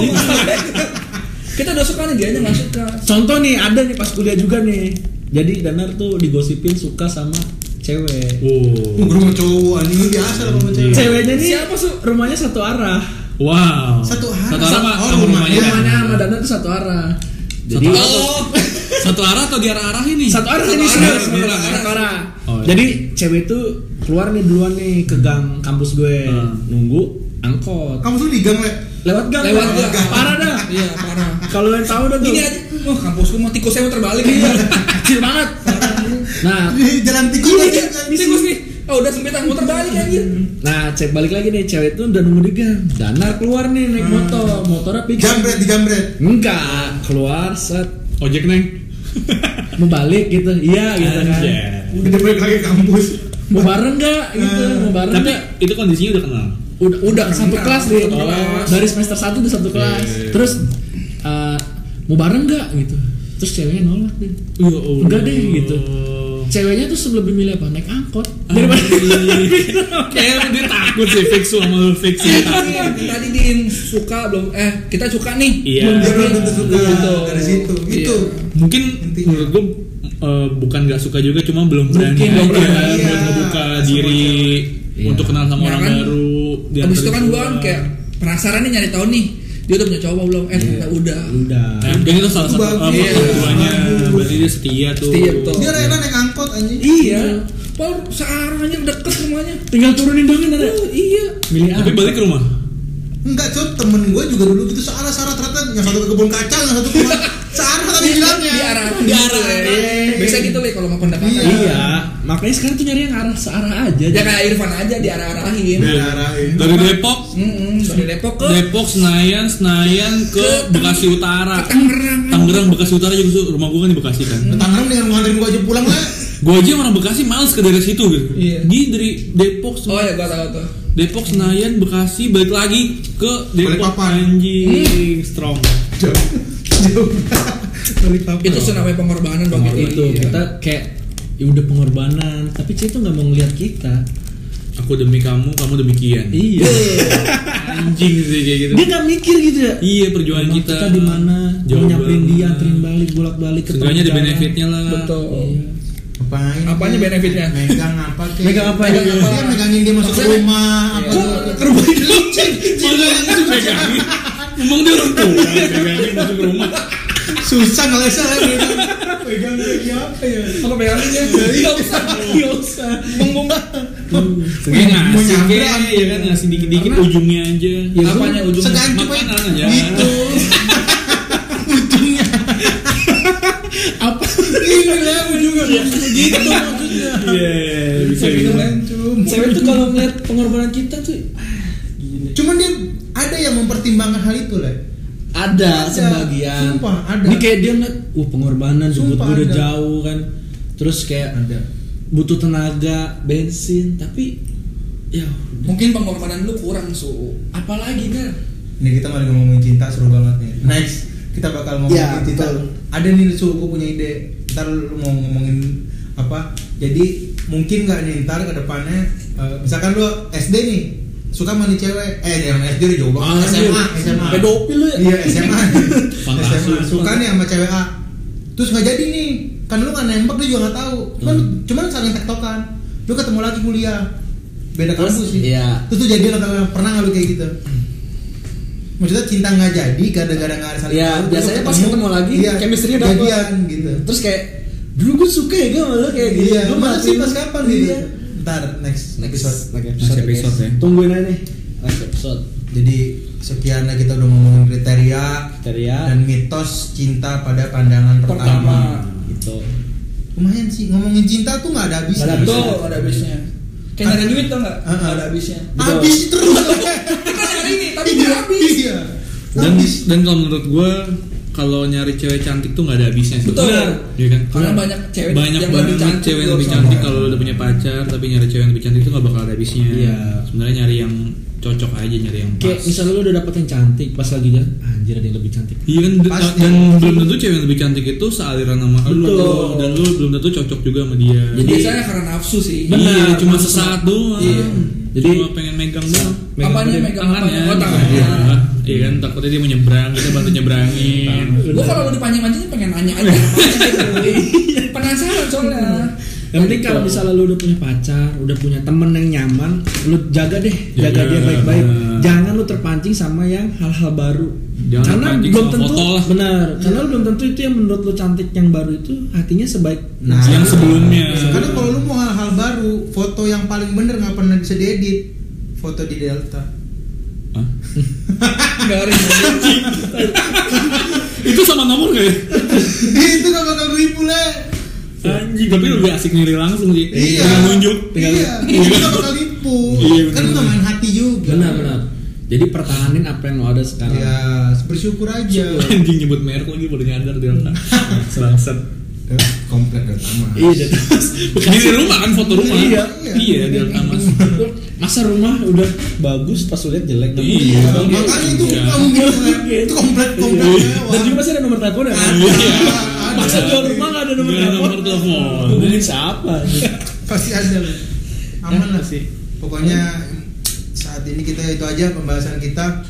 kita udah suka nih dia nya nggak suka. Contoh nih ada nih pas kuliah juga nih. Jadi Danar tuh digosipin suka sama cewek. Wow. Gue mau cowok anjing biasa lah sama cewek. Ceweknya nih Siapa, Su? rumahnya satu arah. Wow. Satu arah. Satu arah, Pak. Oh, Sama rumahnya. rumahnya. Rumahnya sama Danar tuh satu arah. Jadi Satu arah. Satu arah atau diarah-arah ini? satu arah Satu ini arah, serius, satu beneran, arah. satu arah. Oh, iya. Jadi cewek tuh keluar nih duluan nih ke gang kampus gue, Hmm. nunggu angkot. Kamu tuh di gang le. Lewat gang, Lewat lewat gang. Parah dah. Iya parah. Kalau yang tahu dah tuh. Ini aja, wah kampusku mau tikusnya mau terbalik. Iya, kecil banget. Nah, Di jalan tikus Ini aja. dia, tikus nih. Oh udah sempitan mau terbalik anjir. nah cek balik lagi nih cewek tuh udah nunggu di gang. Danar keluar nih naik motor, motornya pickup. Jambret di jambret. Enggak, keluar set Ojek neng. mau balik gitu. Iya gitu kan. Anjay. Udah balik lagi kampus. Mau bareng enggak gitu, mau bareng Tapi enggak? itu kondisinya udah kenal. Udah udah satu Kenal, kelas deh. satu kelas. Dari semester satu udah satu kelas. Iya, iya. Terus eh, mau bareng enggak gitu. Terus ceweknya nolak deh. Ya Allah. Enggak deh, gitu. Ceweknya tuh lebih milih apa? Naik angkot. Daripada Kayak dia takut sih fix sama lu fix sih. Tadi tadi Din suka belum eh kita suka nih. Iya. Belum Dia jadi. belum tentu suka Gitu. dari situ. Iya. Itu. Mungkin Intinya. menurut gue eh, bukan nggak suka juga cuma belum berani Mungkin belum aja berani, buat iya. ngebuka Sama diri Iya. untuk kenal sama Ya orang kan? baru. di Habis itu antara kan gua dua. kan kayak penasaran nih nyari tahu nih dia udah punya cowok belum? Eh ternyata udah. udah. Nah, mungkin itu salah Itu satu bagus. uh, Iya. faktor keduanya. Bagus. Berarti dia setia tuh. Setia, betul. Dia rela naik angkot anjing. Iya. Paul searah aja deket rumahnya. Tinggal turunin doang ada. Oh, iya. Milih Tapi balik ke rumah. Enggak, Cok, temen gue juga dulu gitu searah-searah ternyata yang satu ke kebun kacang, yang satu ke mana. Searah tadi bilangnya. Di arah Di arah. Biasa gitu lah kalau mau pendekatan. Iya. Iya. Makanya sekarang tuh nyari yang arah searah aja. Ya kayak Irfan aja di arah-arahin. Di arahin. Dari Depok, Mm-mm, dari Depok ke Depok, Senayan, Senayan ke Ke Bekasi Utara. ke Tangerang. Tangerang, Bekasi Utara juga Su. Rumah gue kan di Bekasi kan. Tangerang dengan nganterin gue aja pulang lah. Gue aja orang Bekasi males ke daerah situ gitu. Iya. Di dari Depok, Oh ya gua tahu tuh. Depok, Senayan, Bekasi, balik lagi ke Depok. Balikpapan. Anjing, strong. Jauh. Jauh. Balikpapan. Itu senamanya pengorbanan bang Pengorbanan itu. itu kita kayak ya udah pengorbanan, tapi cewek tuh nggak mau ngeliat kita. Aku demi kamu, kamu demikian. Iya. Anjing sih kayak gitu. Dia nggak mikir gitu ya. Iya perjuangan Emang kita. kita di mana? Jauh Mau nyamperin banget. dia, anterin balik, bolak-balik ke Seenggaknya ada jalan. benefitnya lah. Betul. Iya. Ngapain? Apanya benefitnya? Megang apa kek? Megang apa? Megang Iya. apa? Dia megangin dia masuk ke Maksudnya- rumah apa Iya. tuh? Ke rumah itu Masa megangin? Emang dia orang tua megangin masuk ke rumah. Susah ngelesa lah megang. Megang lagi apa ya? Apa peganginnya? Enggak usah. Nggak usah. Bung-bung. Kayak Mau ngasih nyamber, kayak ya kan ngasih dikit-dikit Karena- ujungnya aja. Ya, Apanya ujungnya? Segancuk Makanan aja. aja. Gitu. Ujungnya. Apa? Ini lah ujungnya. Gitu maksudnya. Iya, bisa gitu. Segancuk. Cewek tuh kalau ngeliat pengorbanan kita tuh ah, gini. Cuman dia ada yang mempertimbangkan hal itu lah. Ada, Ada. sebagian. Sumpah, ada. Ini kayak dia ngeliat, wah pengorbanan, jemput Sumpah, gue udah ada. jauh kan. Terus kayak Ada. butuh tenaga, bensin, tapi ya Mungkin pengorbanan lu kurang su. apalagi kan? Ini kita malah ngomongin cinta seru banget nih. Next kita bakal ngomongin Ya, cinta. betul. Ada nih Su, gue punya ide. Ntar lu mau ngomongin apa? Jadi mungkin nggak nih ntar ke depannya, uh, misalkan lu S D nih suka sama nih cewek, eh jangan S D udah jauh banget, Ah, S M A, S M A. Pedofil lu ya? Iya S M A. Fantasi. S M A suka nih sama cewek A. Terus nggak jadi nih, kan lu nggak nembak, dia juga nggak tahu. Cuman Hmm. cuman saling tektokan. Lu ketemu lagi kuliah, beda Terus, kampus sih. iya. Terus tuh jadi atau nggak? Pernah nggak lu kayak gitu? Maksudnya cinta nggak jadi gara-gara nggak ada saling Ya, tahu, biasanya terus pas ketemu lagi, iya, chemistry-nya dapet. jadian gitu. Terus kayak dulu gue suka ya gue malah kayak gitu. Iya, Gua lu mana sih matiin. pas kapan gitu? Iya. Ntar next Next episode. next Next episode, episode guys. ya. Tungguin aja nih next episode. Jadi sekian lah kita udah ngomongin kriteria Kriteria. dan mitos cinta pada pandangan pertama. Pertama. Gitu. Lumayan sih ngomongin cinta tuh nggak ada habisnya. Nggak ada Betul, habisnya. ada habisnya. Kayak nyari duit tau nggak? Uh-uh. Nggak ada habisnya. Betul. Habis terus. Kita nyari nih, tapi nggak habis. Iya. Dan Habis. dan kalau menurut gue kalau nyari cewek cantik tuh nggak ada habisnya sih. Betul. Benar. Iya kan? Karena banyak cewek banyak yang banget lebih cantik cewek yang di lebih luar cantik sana. kalau udah punya pacar, tapi nyari cewek yang lebih cantik itu nggak bakal ada habisnya. Iya. Sebenarnya nyari yang cocok aja, nyari yang pas. Kayak misalnya lu udah dapet yang cantik, pas lagi jalan, anjir ada yang lebih cantik. Iya kan, d- Pasti. dan belum tentu cewek yang lebih cantik itu sealiran sama lu, Betul. dan lu belum tentu cocok juga sama dia. Jadi- Biasanya karena nafsu sih. Benar. iya, cuma maksud- sesaat doang. Iya. Jadi Jadi- cuma pengen megang doang. Apanya apa? megang Tangannya. apanya? Oh, tangannya. Iya. Iya kan, takutnya dia mau nyebrang, kita bantu nyebrangin. Gua kalau mau dipancing-pancing pengen nanya aja. Penasaran soalnya. Yang penting kalau misalnya lu udah punya pacar, udah punya temen yang nyaman, lu jaga deh, jaga, Jaga. dia baik-baik. Jangan lu terpancing sama yang hal-hal baru. Jangan karena terpancing belum sama tentu foto lah. benar. Karena lu belum tentu itu yang menurut lu cantik yang baru itu hatinya sebaik Nah, Yang sebelumnya. Karena kalau lu mau hal-hal baru, foto yang paling bener nggak pernah bisa diedit. Foto di Delta. Hah? Garing. Itu sama nomor gak ya? Itu nggak bakal ribu lah. Anjing, tapi lebih asik nilai langsung sih. Iya. Tinggal nunjuk. Iya. Itu nggak bakal ribu. Iya, Kan lu nggak main hati juga. benar-benar. Jadi pertahanin apa yang lu ada sekarang. Ya bersyukur aja. Anjing nyebut merek lagi baru nyadar dia. Bangsat. Komplek Delta. Iya, Bukan di rumah kan, foto rumah. Iya, iya. Iya, Delta Mas. masa rumah udah bagus pas lu lihat jelek nggak Iya. mungkin. Makanya itu Iya. nggak mungkin itu komplek komplek. Dan juga pasti ada nomor telepon ya. Iya. Masa jual rumah nggak ada nomor Nggak ada telepon? nomor telepon. Hubungin siapa? Pasti ada lah. Aman Ya, lah pasti. Pokoknya saat ini kita itu aja pembahasan kita.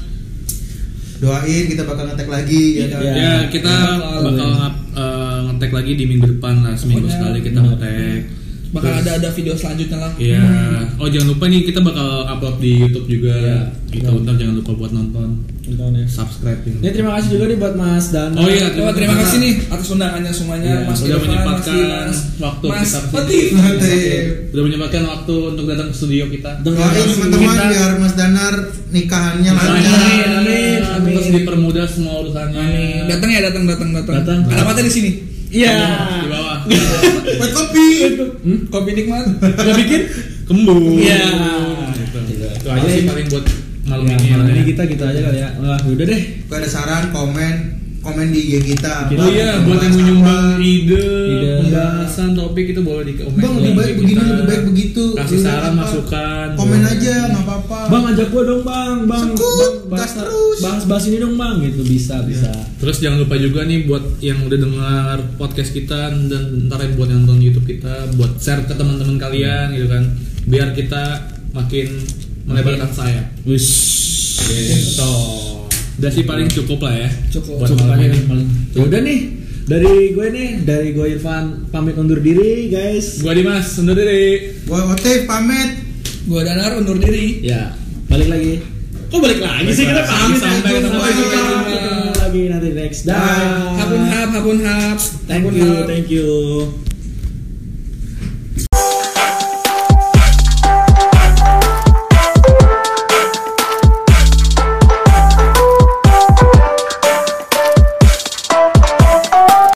Doain kita bakal ngetek lagi ya kan. Iya. Ya, kita bakal ngap- eh, ngetek lagi di minggu depan lah, seminggu Pokoknya- sekali kita ngetek. Bakal ada ada video selanjutnya lah. Iya. Oh, jangan lupa nih kita bakal upload di YouTube juga. Iya. Gitu, ntar jangan lupa buat nonton. Subscribe ini. Ini terima kasih juga nih buat Mas Dan. Oh iya, Oh, terima kasih nih atas undangannya semuanya. Iya, Mas udah Irfan, menyempatkan Mas Dimas, waktu Mas kita Fatih. Mantep. Udah menyempatkan waktu untuk datang ke studio kita. Doain teman-teman biar Mas Danar nikahannya lancar. Amin, amin, amin. Terus dipermudah semua urusannya. Amin. Datang ya, datang, datang, datang. Datang. Alamatnya di sini. Iya. Di bawah. Buat kopi. Hmm? Kopi nikmat. Gak bikin? Kembung. Iya. Gitu. Itu aja sih paling buat malam Ya, ini. malam ya. ini kita gitu aja kali ya. Wah, udah deh. Kalau ada saran komen komen di I G kita. Oh iya, buat yang mau nyumbang ide, pembahasan topik itu boleh di komen. Bang lebih baik Kita begini, lebih baik begitu. Kasih Lebih saran, apa? masukan. Komen boleh. aja, nggak apa-apa. Bang ajak gua dong, Bang. Bang, Sekut, bang bahas, gas terus. bahas bahas ini dong, Bang. Gitu bisa, bisa. Terus jangan lupa juga nih buat yang udah dengar podcast kita dan ntar yang buat yang nonton YouTube kita, buat share ke teman-teman kalian gitu kan, biar kita makin melebarkan sayap. Wis. Gitu. Udah sih paling cukup lah ya. Cukup. Buat Cukup malam aja ini. nih, paling. Ya udah nih. Dari gue nih, dari gue Irfan pamit undur diri, guys. Gua Dimas, undur diri. Gua Otif pamit. Gua Danar undur diri. Ya, balik lagi. Kok balik lagi sih kita lagi. pamit Sampai ketemu Sampai lagi. jumpa. Ketemu lagi nanti next. Dah. Hapun hap, hapun hap. Thank Hapun you, hap. thank you.